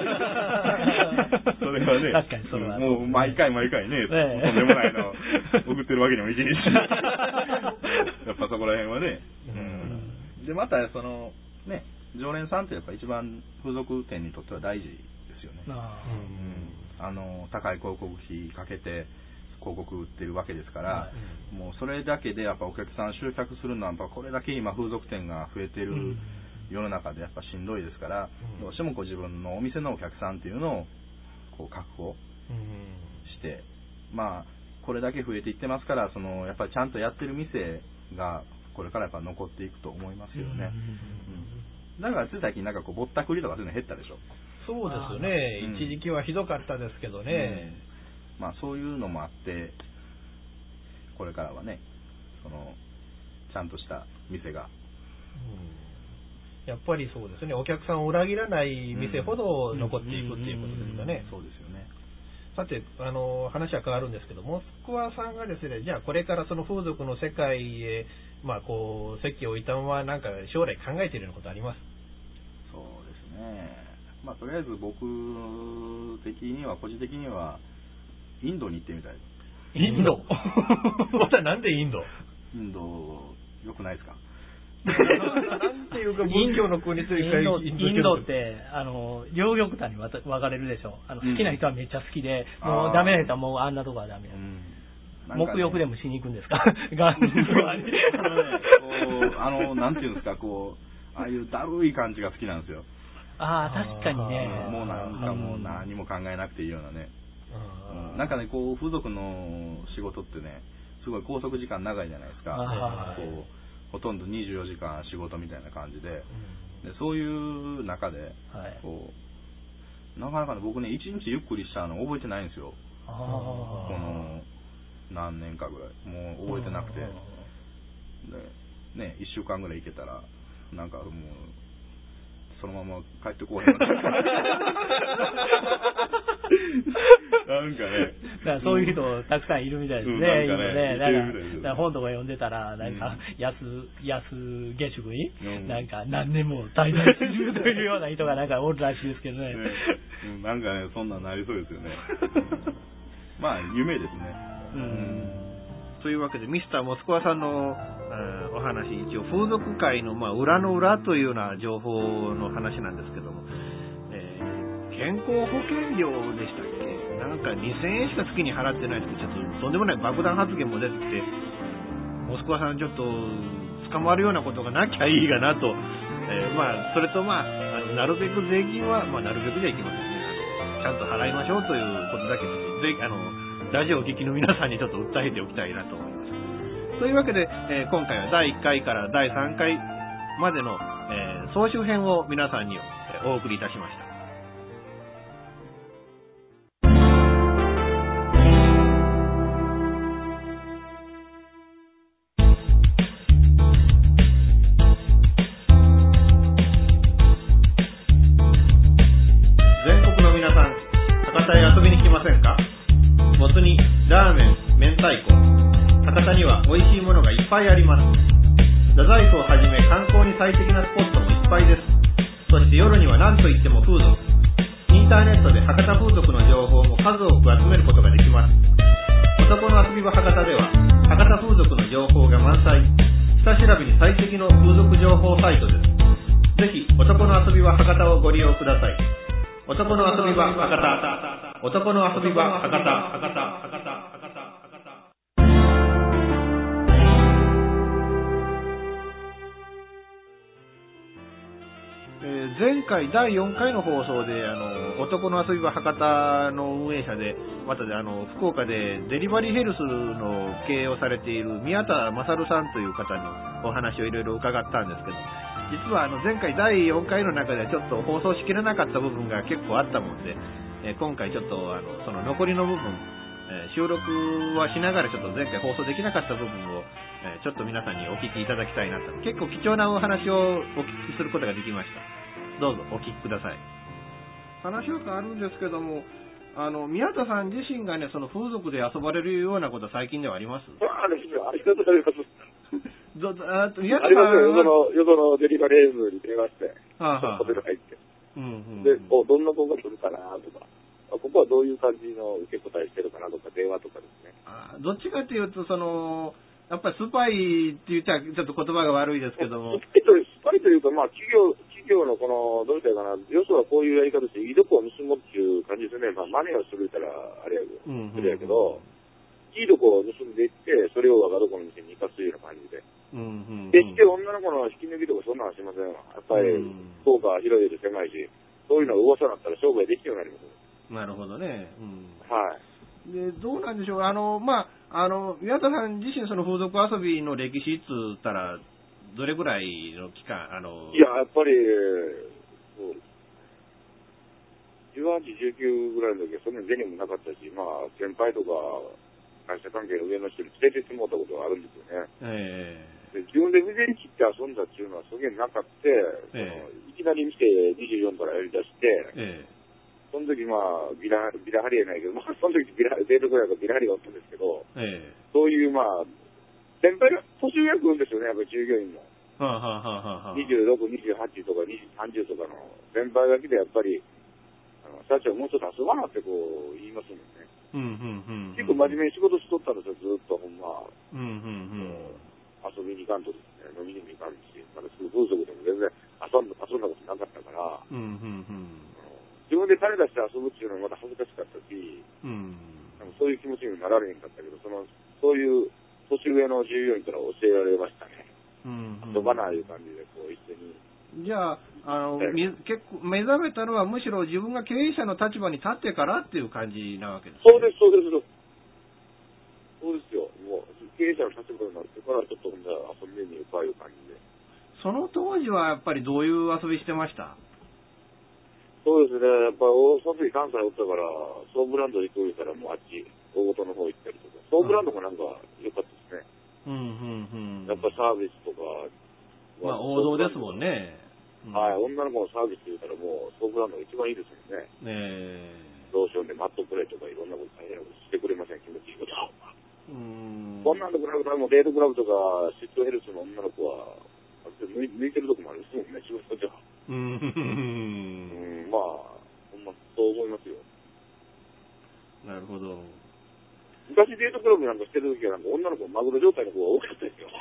それはね、 確かにそれはもう毎回ね、とんでもないの送ってるわけにもいけないし、やっぱそこら辺はね、で、またその、ね、常連さんってやっぱ一番風俗店にとっては大事ですよね。高い広告費かけて広告売ってるわけですから、もうそれだけでやっぱお客さん集客するのはやっぱこれだけ今風俗店が増えてる世の中でやっぱしんどいですから、どうしてもこう自分のお店のお客さんっていうのをこう確保して、まあこれだけ増えていってますから、そのやっぱりちゃんとやってる店がこれからやっぱ残っていくと思いますよね。だからつい最近なんかこうぼったくりとかそういうの減ったでしょ。 そうですね、一時期はひどかったですけどね、 まあそういうのもあってこれからはね、そのちゃんとした店が、 やっぱりそうですね、お客さんを裏切らない店ほど残っていくっていうことですかね。 そうですよね。 さて話は変わるんですけど、モスクワさんがですね、じゃあこれからその風俗の世界へまあこう席を置いたままなんか将来考えているようなことあります？ そうですね。まあとりあえず僕的には個人的にはインドに行ってみたい。 インド？またなんでインド？ インド良くないですか？ なんていうか仏教の国というかインドって両極端に分かれるでしょ。好きな人はめっちゃ好きで、もうダメな人はもうあんなとこはダメ。沐浴でもしに行くんですか？ なんていうんですか、こうああいうだるい感じが好きなんですよ。 確かにね。 もうなんかもう何も考えなくていいようなね。なんかね、こう風俗の仕事ってね、すごい拘束時間長いじゃないですか。こうほとんど24時間仕事みたいな感じで、そういう中でこうなかなかね、僕ね、一日ゆっくりしたの覚えてないんですよ。この何年かぐらいもう覚えてなくて、でね、1週間ぐらい行けたらなんかもうそのまま帰ってこうへんなんかね、 だからそういう人たくさんいるみたいですね。なんか本とか読んでたらなんか安下宿になんか何年も滞在するというような人がなんかおるらしいですけどね。 なんかね、そんなんなりそうですよね。まあ夢ですね。 というわけでミスターモスクワさんのお話、一応風俗界の裏の裏というような情報の話なんですけども、健康保険料でしたっけ、なんか2000円しか月に払ってないですけど、ちょっととんでもない爆弾発言も出てきて、モスクワさんちょっと捕まるようなことがなきゃいいかなと、それとなるべく税金は、なるべくじゃいけませんね、ちゃんと払いましょうということだけちょっとラジオをお聞きの皆さんにちょっと訴えておきたいなと思います。というわけで、今回は第1回から第3回までの、総集編を皆さんにお送りいたしました。全国の皆さん、博多へ遊びに来ませんか？もつ煮、ラーメン、明太子、博多には美味しいものがいっぱいあります。太宰府をはじめ観光に最適なスポットもいっぱいです。そして夜には何といっても風俗。インターネットで博多風俗の情報も数多く集めることができます。男の遊び場博多では博多風俗の情報が満載。下調べに最適の風俗情報サイトです。ぜひ男の遊び場博多をご利用ください。男の遊び場博多。 男の遊び場博多。前回第4回の放送で男の遊び場博多の運営者でまた福岡でデリバリーヘルスの経営をされている宮田勝さんという方にお話をいろいろ伺ったんですけど、実は前回第4回の中ではちょっと放送しきれなかった部分が結構あったもんで、今回ちょっとその残りの部分、収録はしながらちょっと前回放送できなかった部分をちょっと皆さんにお聞きいただきたいなと。結構貴重なお話をお聞きすることができました。どうぞお聞きください。話は変わるんですけども、宮田さん自身がね、その風俗で遊ばれるようなことは最近ではあります？ ありがとうございます。 宮田さんよそのデリバリーエーズに電話して、ホテル入って、で、どんな子が来るかなとか、ここはどういう感じの受け答えしてるかなとか、電話とかですね。 どっちかというと、やっぱりスパイって言ったらちょっと言葉が悪いですけども。 スパイというか、まあ、企業のこの、どういったらいいかな、よそはこういうやり方して、いいとこを盗もうっていう感じですね。まあ、マネをするたら、あれやけど、いいとこを盗んでいって、それを我がどこの店に行かすような感じで。決して女の子の引き抜きとかそんなのはしませんわ。やっぱり、福岡は広いで狭いし、そういうのが噂になったら商売できるようになります。 なるほどね。 はい。 で、どうなんでしょう。宮田さん自身その風俗遊びの歴史っつったら、どれぐらいの期間、 いや、やっぱり、そう18、19ぐらいの時はそんなに銭もなかったし、まあ、先輩とか、会社関係の上の人に連れてってもらったことがあるんですよね。で自分で未然に切って遊んだっていうのはそげんなかって、いきなり店24からやりだして、その時まあ、ビラハリやないけど、まあその時デートぐらいがビラハリがおったんですけど、そういうまあ、先輩が年上が来るんですよね、やっぱり従業員も。26、28とか30とかの先輩が来てやっぱり、社長もうちょっと遊ばなってこう言いますもんね。結構真面目に仕事しとったんですよ、ずっとほんま。遊びに行かんとですね、飲みにも行かんし、まだすぐ風俗でも全然遊んだことなかったから、自分で金出して遊ぶっていうのはまた恥ずかしかったし、そういう気持ちになられへんかったけど、そういう年上の従業員から教えられましたね。遊ばないいう感じでこう一緒に。 じゃあ、結構目覚めたのはむしろ自分が経営者の立場に立ってからっていう感じなわけです、ね。 そうですよ。もう経営者の立場になってからちょっと遊んでみるかいう感じで。 その当時はやっぱりどういう遊びしてました？ そうですね。やっぱりその時関西おったから、ソーブランド行く言ったらもうあっち、大ごとの方行ったりとか。ソーブランドもなんか良かったですね。やっぱサービスとか。 まあ王道ですもんね。 はい。女の子のサービス言ったらもうソーブランドが一番いいですもんね。ローションでマットプレイとかいろんなこと大変なことしてくれません、気持ちいいこと。こんなんでクラブもデートクラブとかシットヘルスの女の子は抜いてるとこもあるですもんね、仕事じゃ。まあ、ほんまそう思いますよ。 なるほど。 昔デートクラブなんかしてるときはなんか女の子マグロ状態の子が多かったですよ。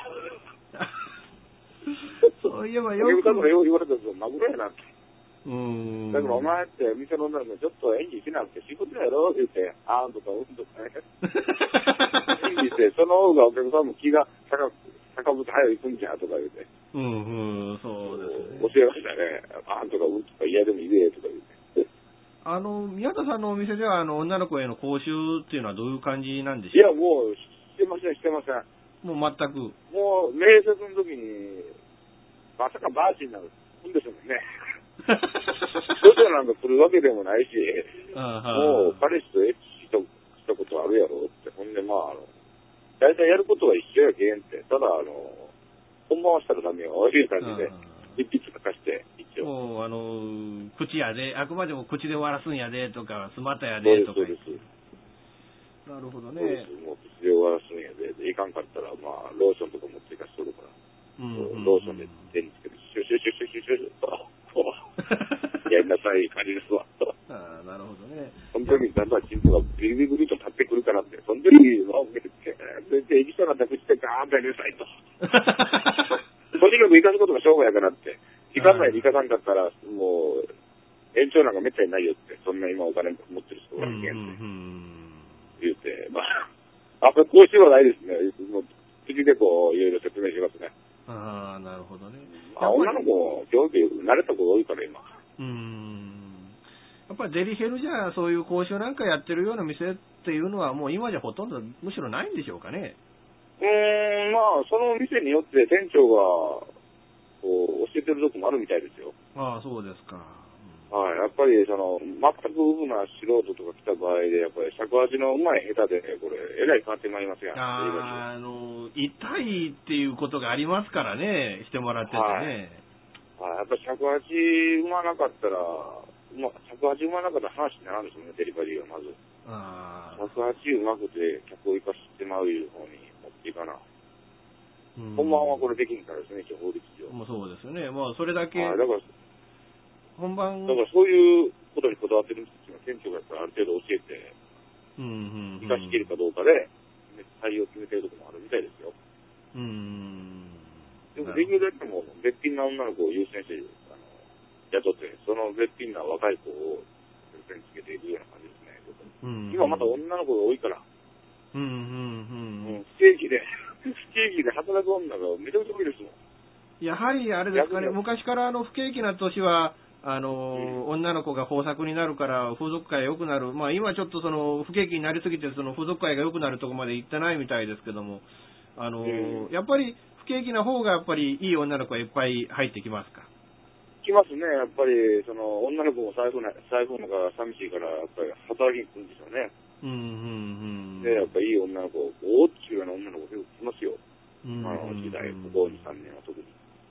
そういえばよく。 だからよう言われたけど、マグロやなって。だからお前って店の女の子にちょっと演技しなくて仕事やろって言って、あーんとかうんとかね。演技して、その方がお客さんも気が高ぶって早く行くんじゃとか言うて。 そうですね。 教えましたね。あーんとかうんとか嫌でも言えとか言うて。 宮田さんのお店では女の子への講習っていうのはどういう感じなんでしょう？ いや、もうしてません。 もう全く。 もう面接の時に、まさかバーチになるんですもんね。どちらなんか来るわけでもないし、もう彼氏とエッチしたことあるやろって。ほんでまあ、大体やることは一緒やけんって。ただ本番はしたらダメよ。いう感じで、一筆書かして、一応。 もう口やで、あくまでも口で終わらすんやでとか、スマタやでとか。そうです。なるほどね。 もう口で終わらすんやで。いかんかったら、まあ、ローションとか持っていかしとるから。ローションで手につけて、シュシュシュシュシュシュと。やりなさい感じですわ。 なるほどね。 その時にだんだんチンポがビリビリと立ってくるからって、その時にもう、エキストラなくしてガーンとやりなさいと。とにかく生かすことが勝負やからって。時間内に生かさんかったら、もう、 延長なんかめったにないよって、そんな今お金持ってる人がいけんって言って、まあ、こうしようはないですね。次でこう、いろいろ説明しますね。 ああ、なるほどね。 まあ、女の子、競技慣れた子が多いから今。 やっぱりデリヘルじゃ、そういう講習なんかやってるような店っていうのは、もう今じゃほとんどむしろないんでしょうかね。 まあ、その店によって店長が、こう、教えてるとこもあるみたいですよ。 ああ、そうですか。 はい、やっぱり、全くウブな素人とか来た場合で、やっぱり尺八のうまい下手で、これ、えらい変わってまいりますやん。 痛いっていうことがありますからね、してもらっててね。 はい。やっぱり尺八うまなかったら、尺八うまなかったら話にならんですよね、デリバリーはまず。尺八うまくて客を生かしてまういう方に持っていかな。本番はこれできんからですね、一応法律上。 もうそうですよね。まあ、それだけ。 だから本番。 だからそういうことにこだわってる人たちは店長がやっぱりある程度教えて、生かしきるかどうかで、対応を決めてるところもあるみたいですよ。でもできるだけも別品な女の子を優先して雇って、その別品な若い子を先生につけていくような感じですね。今また女の子が多いから、不景気で働く女がめちゃくちゃ多いですもん。 やはりあれですかね、昔から不景気な年は、女の子が豊作になるから風俗界が良くなる。まあ今ちょっと不景気になりすぎて風俗界が良くなるところまで行ってないみたいですけども、やっぱり不景気な方がやっぱりいい女の子がいっぱい入ってきますか？ 来ますね。やっぱり女の子も財布なんか寂しいからやっぱり働きに行くんでしょうね。で、やっぱりいい女の子、大っちゅうような女の子結構来ますよ。時代、ここ2、3年は特に。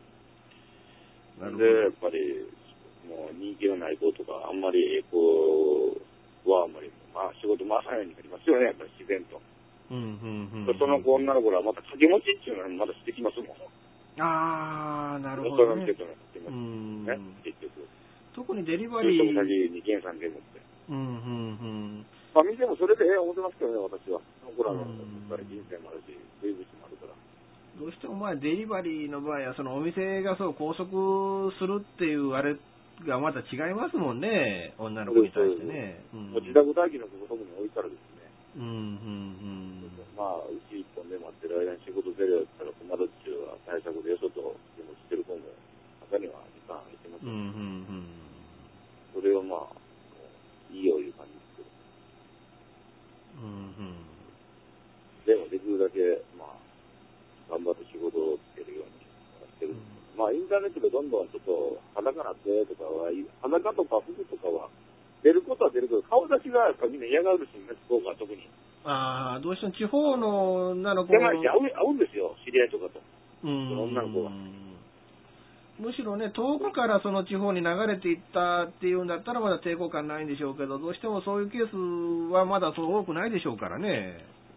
で、やっぱり、もう人気のない子とか、あんまりまあ仕事回さないようになりますよね、やっぱり自然と。その子女の子らまた掛け持ちっていうのはまだしてきますもん。 ああ、なるほどね。 結局。 特にデリバリー。 先に2軒3軒持って。まあ店もそれで思ってますけどね、私は。その子らの人生もあるし、そういう口もあるから。 どうしてもデリバリーの場合は、お店が拘束するっていうあれがまた違いますもんね、女の子に対してね。 自宅待機の子が特に多いからですね。まあ、うち一本で待ってる間に仕事ゼロやったら困るっていうのは対策でよそと気持ちしてる子も中には時間空いてますよね。それはまあ、いいよいう感じですけど。でもできるだけ、まあ、頑張って仕事をつけるようにしてるんです。まあ、インターネットでどんどんちょっと裸なってとかは、裸とか服とかは出ることは出るけど、顔出しがやっぱみんな嫌がるしね、福岡は特に。 どうしても地方の女の子が。 合うんですよ、知り合いとかと。その女の子が。 むしろね、遠くからその地方に流れていったっていうんだったらまだ抵抗感ないんでしょうけど、どうしてもそういうケースはまだそう多くないでしょうからね。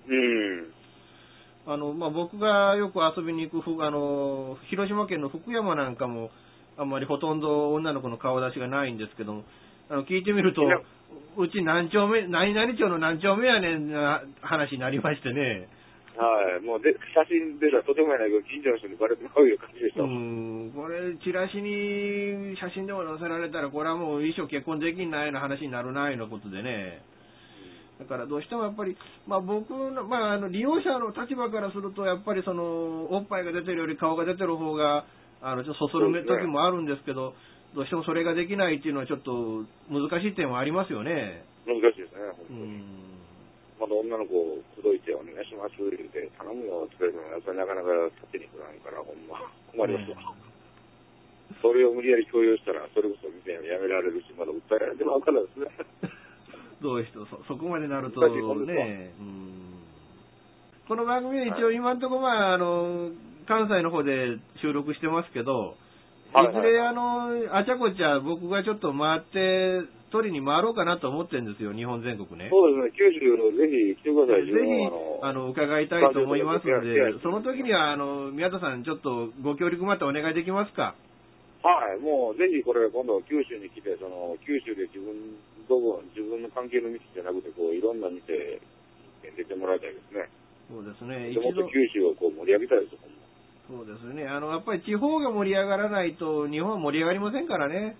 僕がよく遊びに行く広島県の福山なんかもあんまりほとんど女の子の顔出しがないんですけども、聞いてみると、うち何々町の何丁目やねんな話になりましてね。 はい、もう写真出たらとてもやないけど、近所の人にバレてまういう感じでしょ。 これ、チラシに写真でも載せられたら、これはもう一生結婚できんないような話になるないのことでね。だからどうしてもやっぱり、僕の、利用者の立場からすると、やっぱりおっぱいが出てるより顔が出てる方が、ちょっとそそる時もあるんですけど、どうしてもそれができないっていうのはちょっと難しい点はありますよね。 難しいですね、本当に。まだ女の子を口説いてお願いしますって言って頼むよって言ってもやっぱりなかなか立てに来ないからほんま困りますわ。それを無理やり強要したらそれこそ店やめられるしまだ訴えられても分からないですね。 どうしてそこまでなるとね。この番組は一応今のところ関西の方で収録してますけど、いずれあちゃこちゃ僕がちょっと回って取りに回ろうかなと思ってるんですよ、日本全国ね。 そうですね、九州のぜひ来てください。 ぜひ伺いたいと思いますので、その時には宮田さんちょっとご協力またお願いできますか。 はい、もうぜひこれ今度九州に来て九州で自分の関係の店じゃなくていろんな店に出てもらいたいですね。 そうですね。 もっと九州を盛り上げたいですよ。 そうですね。やっぱり地方が盛り上がらないと日本は盛り上がりませんからね。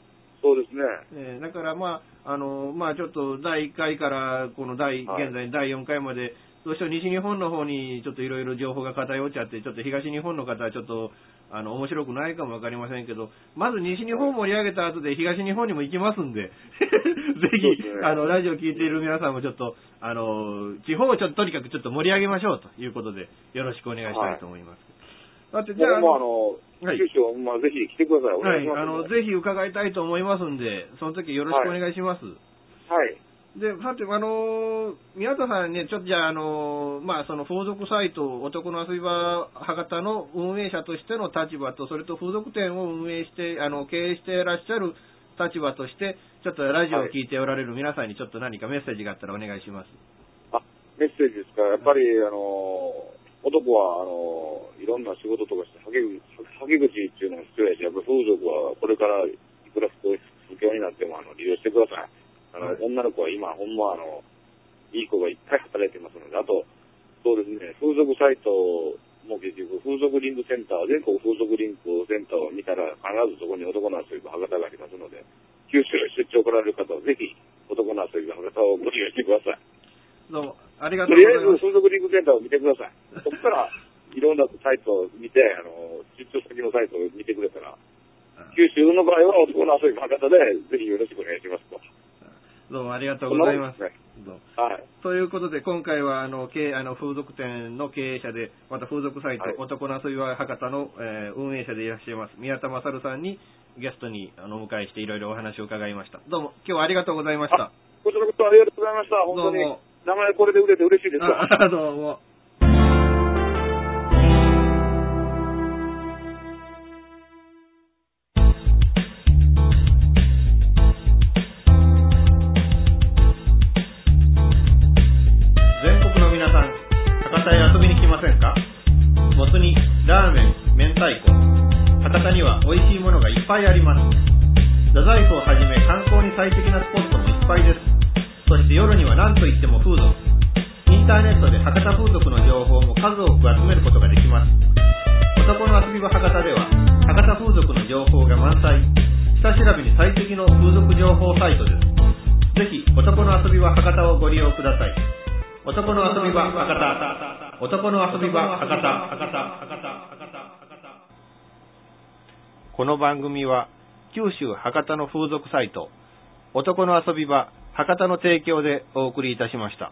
そうですね。 だからまあ、ちょっと第1回からこの現在第4回まで、どうしても西日本の方にちょっといろいろ情報が偏っちゃって、ちょっと東日本の方はちょっと、面白くないかもわかりませんけど、まず西日本盛り上げた後で東日本にも行きますんで、ぜひ、ラジオ聞いている皆さんもちょっと、地方をちょっととにかくちょっと盛り上げましょうということで、よろしくお願いしたいと思います。 だってじゃあ、九州をぜひ来てください。お願いします。 ぜひ伺いたいと思いますんで、その時よろしくお願いします。 はい。 で、さて、宮田さんね、ちょっとじゃあ、その風俗サイト、男の遊び場博多の運営者としての立場と、それと風俗店を運営して、経営していらっしゃる立場として、ちょっとラジオを聞いておられる皆さんにちょっと何かメッセージがあったらお願いします。 メッセージですか。やっぱり、男はいろんな仕事とかして、はけ口っていうのが必要やし、やっぱ風俗はこれからいくら不況になっても利用してください。女の子は今、ほんまいい子がいっぱい働いてますので、あと、そうですね、風俗サイトも結局、風俗リンクセンター、全国風俗リンクセンターを見たら、必ずそこに男の遊び場博多がありますので、九州へ出張来られる方は、ぜひ、男の遊び場博多をご利用してください。 どうも、ありがとうございます。 とりあえず、風俗リンクセンターを見てください。そこから、いろんなサイトを見て、出張先のサイトを見てくれたら、九州の場合は男の遊び場博多で、ぜひよろしくお願いしますと。 どうもありがとうございます。 はい。 ということで、今回は風俗店の経営者で、また風俗サイト、男の遊び場博多の、運営者でいらっしゃいます、宮田勝さんにゲストにお迎えしていろいろお話を伺いました。どうも、今日はありがとうございました。 こちらこそありがとうございました。本当に、名前これで売れて嬉しいですわ。 どうも。もつ煮、ラーメン、明太子。博多には美味しいものがいっぱいあります。太宰府をはじめ観光に最適なスポットもいっぱいです。そして夜には何といっても風俗。インターネットで博多風俗の情報も数多く集めることができます。男の遊び場博多では博多風俗の情報が満載。下調べに最適の風俗情報サイトです。ぜひ男の遊び場博多をご利用ください。男の遊び場博多。男の遊び場博多。この番組は九州博多の風俗サイト男の遊び場博多の提供でお送りいたしました。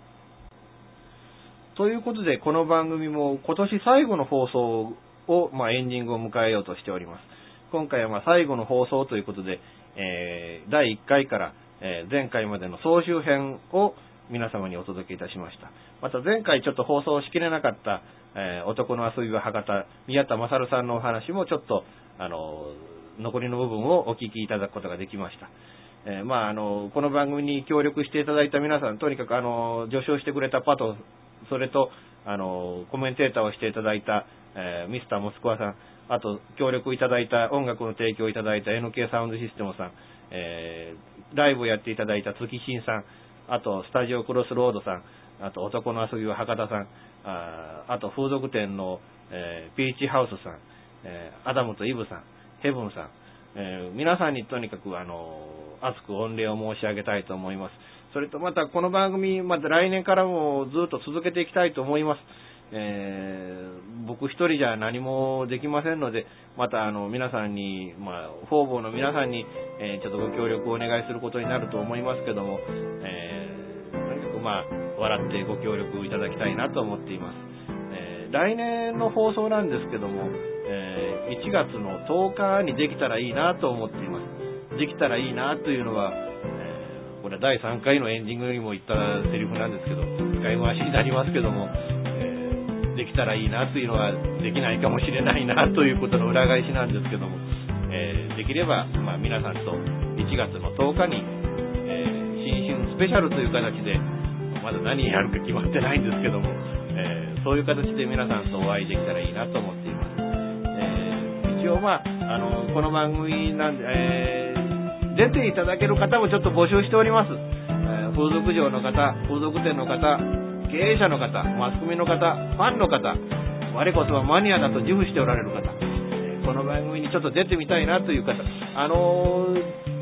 ということで、この番組も今年最後の放送を、エンディングを迎えようとしております。今回は最後の放送ということで、第1回から、前回までの総集編を皆様にお届けいたしました。また前回ちょっと放送しきれなかった、男の遊び場博多宮田勝さんのお話もちょっと残りの部分をお聞きいただくことができました。この番組に協力していただいた皆さん、とにかく助唱してくれたパト、それとコメンテーターをしていただいた、ミスターモスクワさん、あと協力いただいた音楽の提供いただいた NK サウンドシステムさん、ライブをやっていただいた月新さん、あとスタジオクロスロードさん、あと男の遊びは博多さん、あと風俗店の、ピーチハウスさん、アダムとイブさん、ヘブンさん、皆さんにとにかく熱く御礼を申し上げたいと思います。それとまたこの番組、また来年からもずっと続けていきたいと思います。僕一人じゃ何もできませんので、また皆さんに、方々の皆さんに、ちょっとご協力をお願いすることになると思いますけども、とにかく笑ってご協力いただきたいなと思っています。来年の放送なんですけども、1月の10日にできたらいいなと思っています。できたらいいなというのは、これは第3回のエンディングにも言ったセリフなんですけど、使い回しになりますけども、できたらいいなというのはできないかもしれないなということの裏返しなんですけども、できれば、皆さんと1月の10日に、新春スペシャルという形で、まだ何やるか決まってないんですけども、そういう形で皆さんとお会いできたらいいなと思っています。一応この番組なんで、出ていただける方もちょっと募集しております。風俗嬢の方、風俗店の方、経営者の方、マスコミの方、ファンの方、我こそはマニアだと自負しておられる方、この番組にちょっと出てみたいなという方、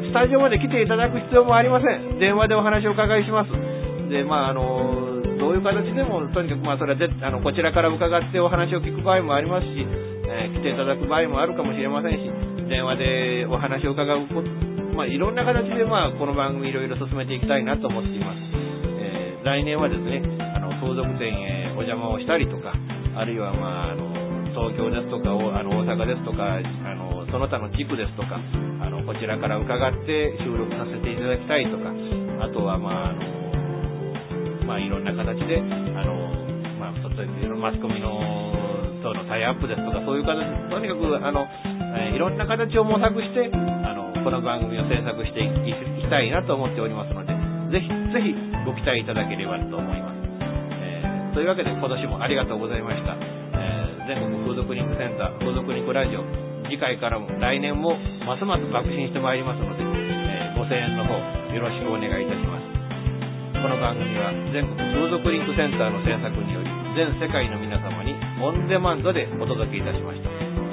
スタジオまで来ていただく必要もありません。電話でお話をお伺いします。で、どういう形でも、とにかくそれはこちらから伺ってお話を聞く場合もありますし、来ていただく場合もあるかもしれませんし、電話でお話を伺うこと、いろんな形でこの番組いろいろ進めていきたいなと思っています。来年はですね、相続店へお邪魔をしたりとか、あるいは東京ですとか大阪ですとかその他の地区ですとかこちらから伺って収録させていただきたいとか、あとはいろんな形でマスコミのとのタイアップですとか、そういう形でとにかくいろんな形を模索してこの番組を制作していきたいなと思っておりますので、ぜひぜひご期待いただければと思います。というわけで今年もありがとうございました。全国風俗リンクセンター、風俗リンクラジオ、次回からも来年もますます爆心してまいりますので、ご声援の方よろしくお願いいたします。この番組は全国風俗リンクセンターの制作により全世界の皆様にオンデマンドでお届けいたしました。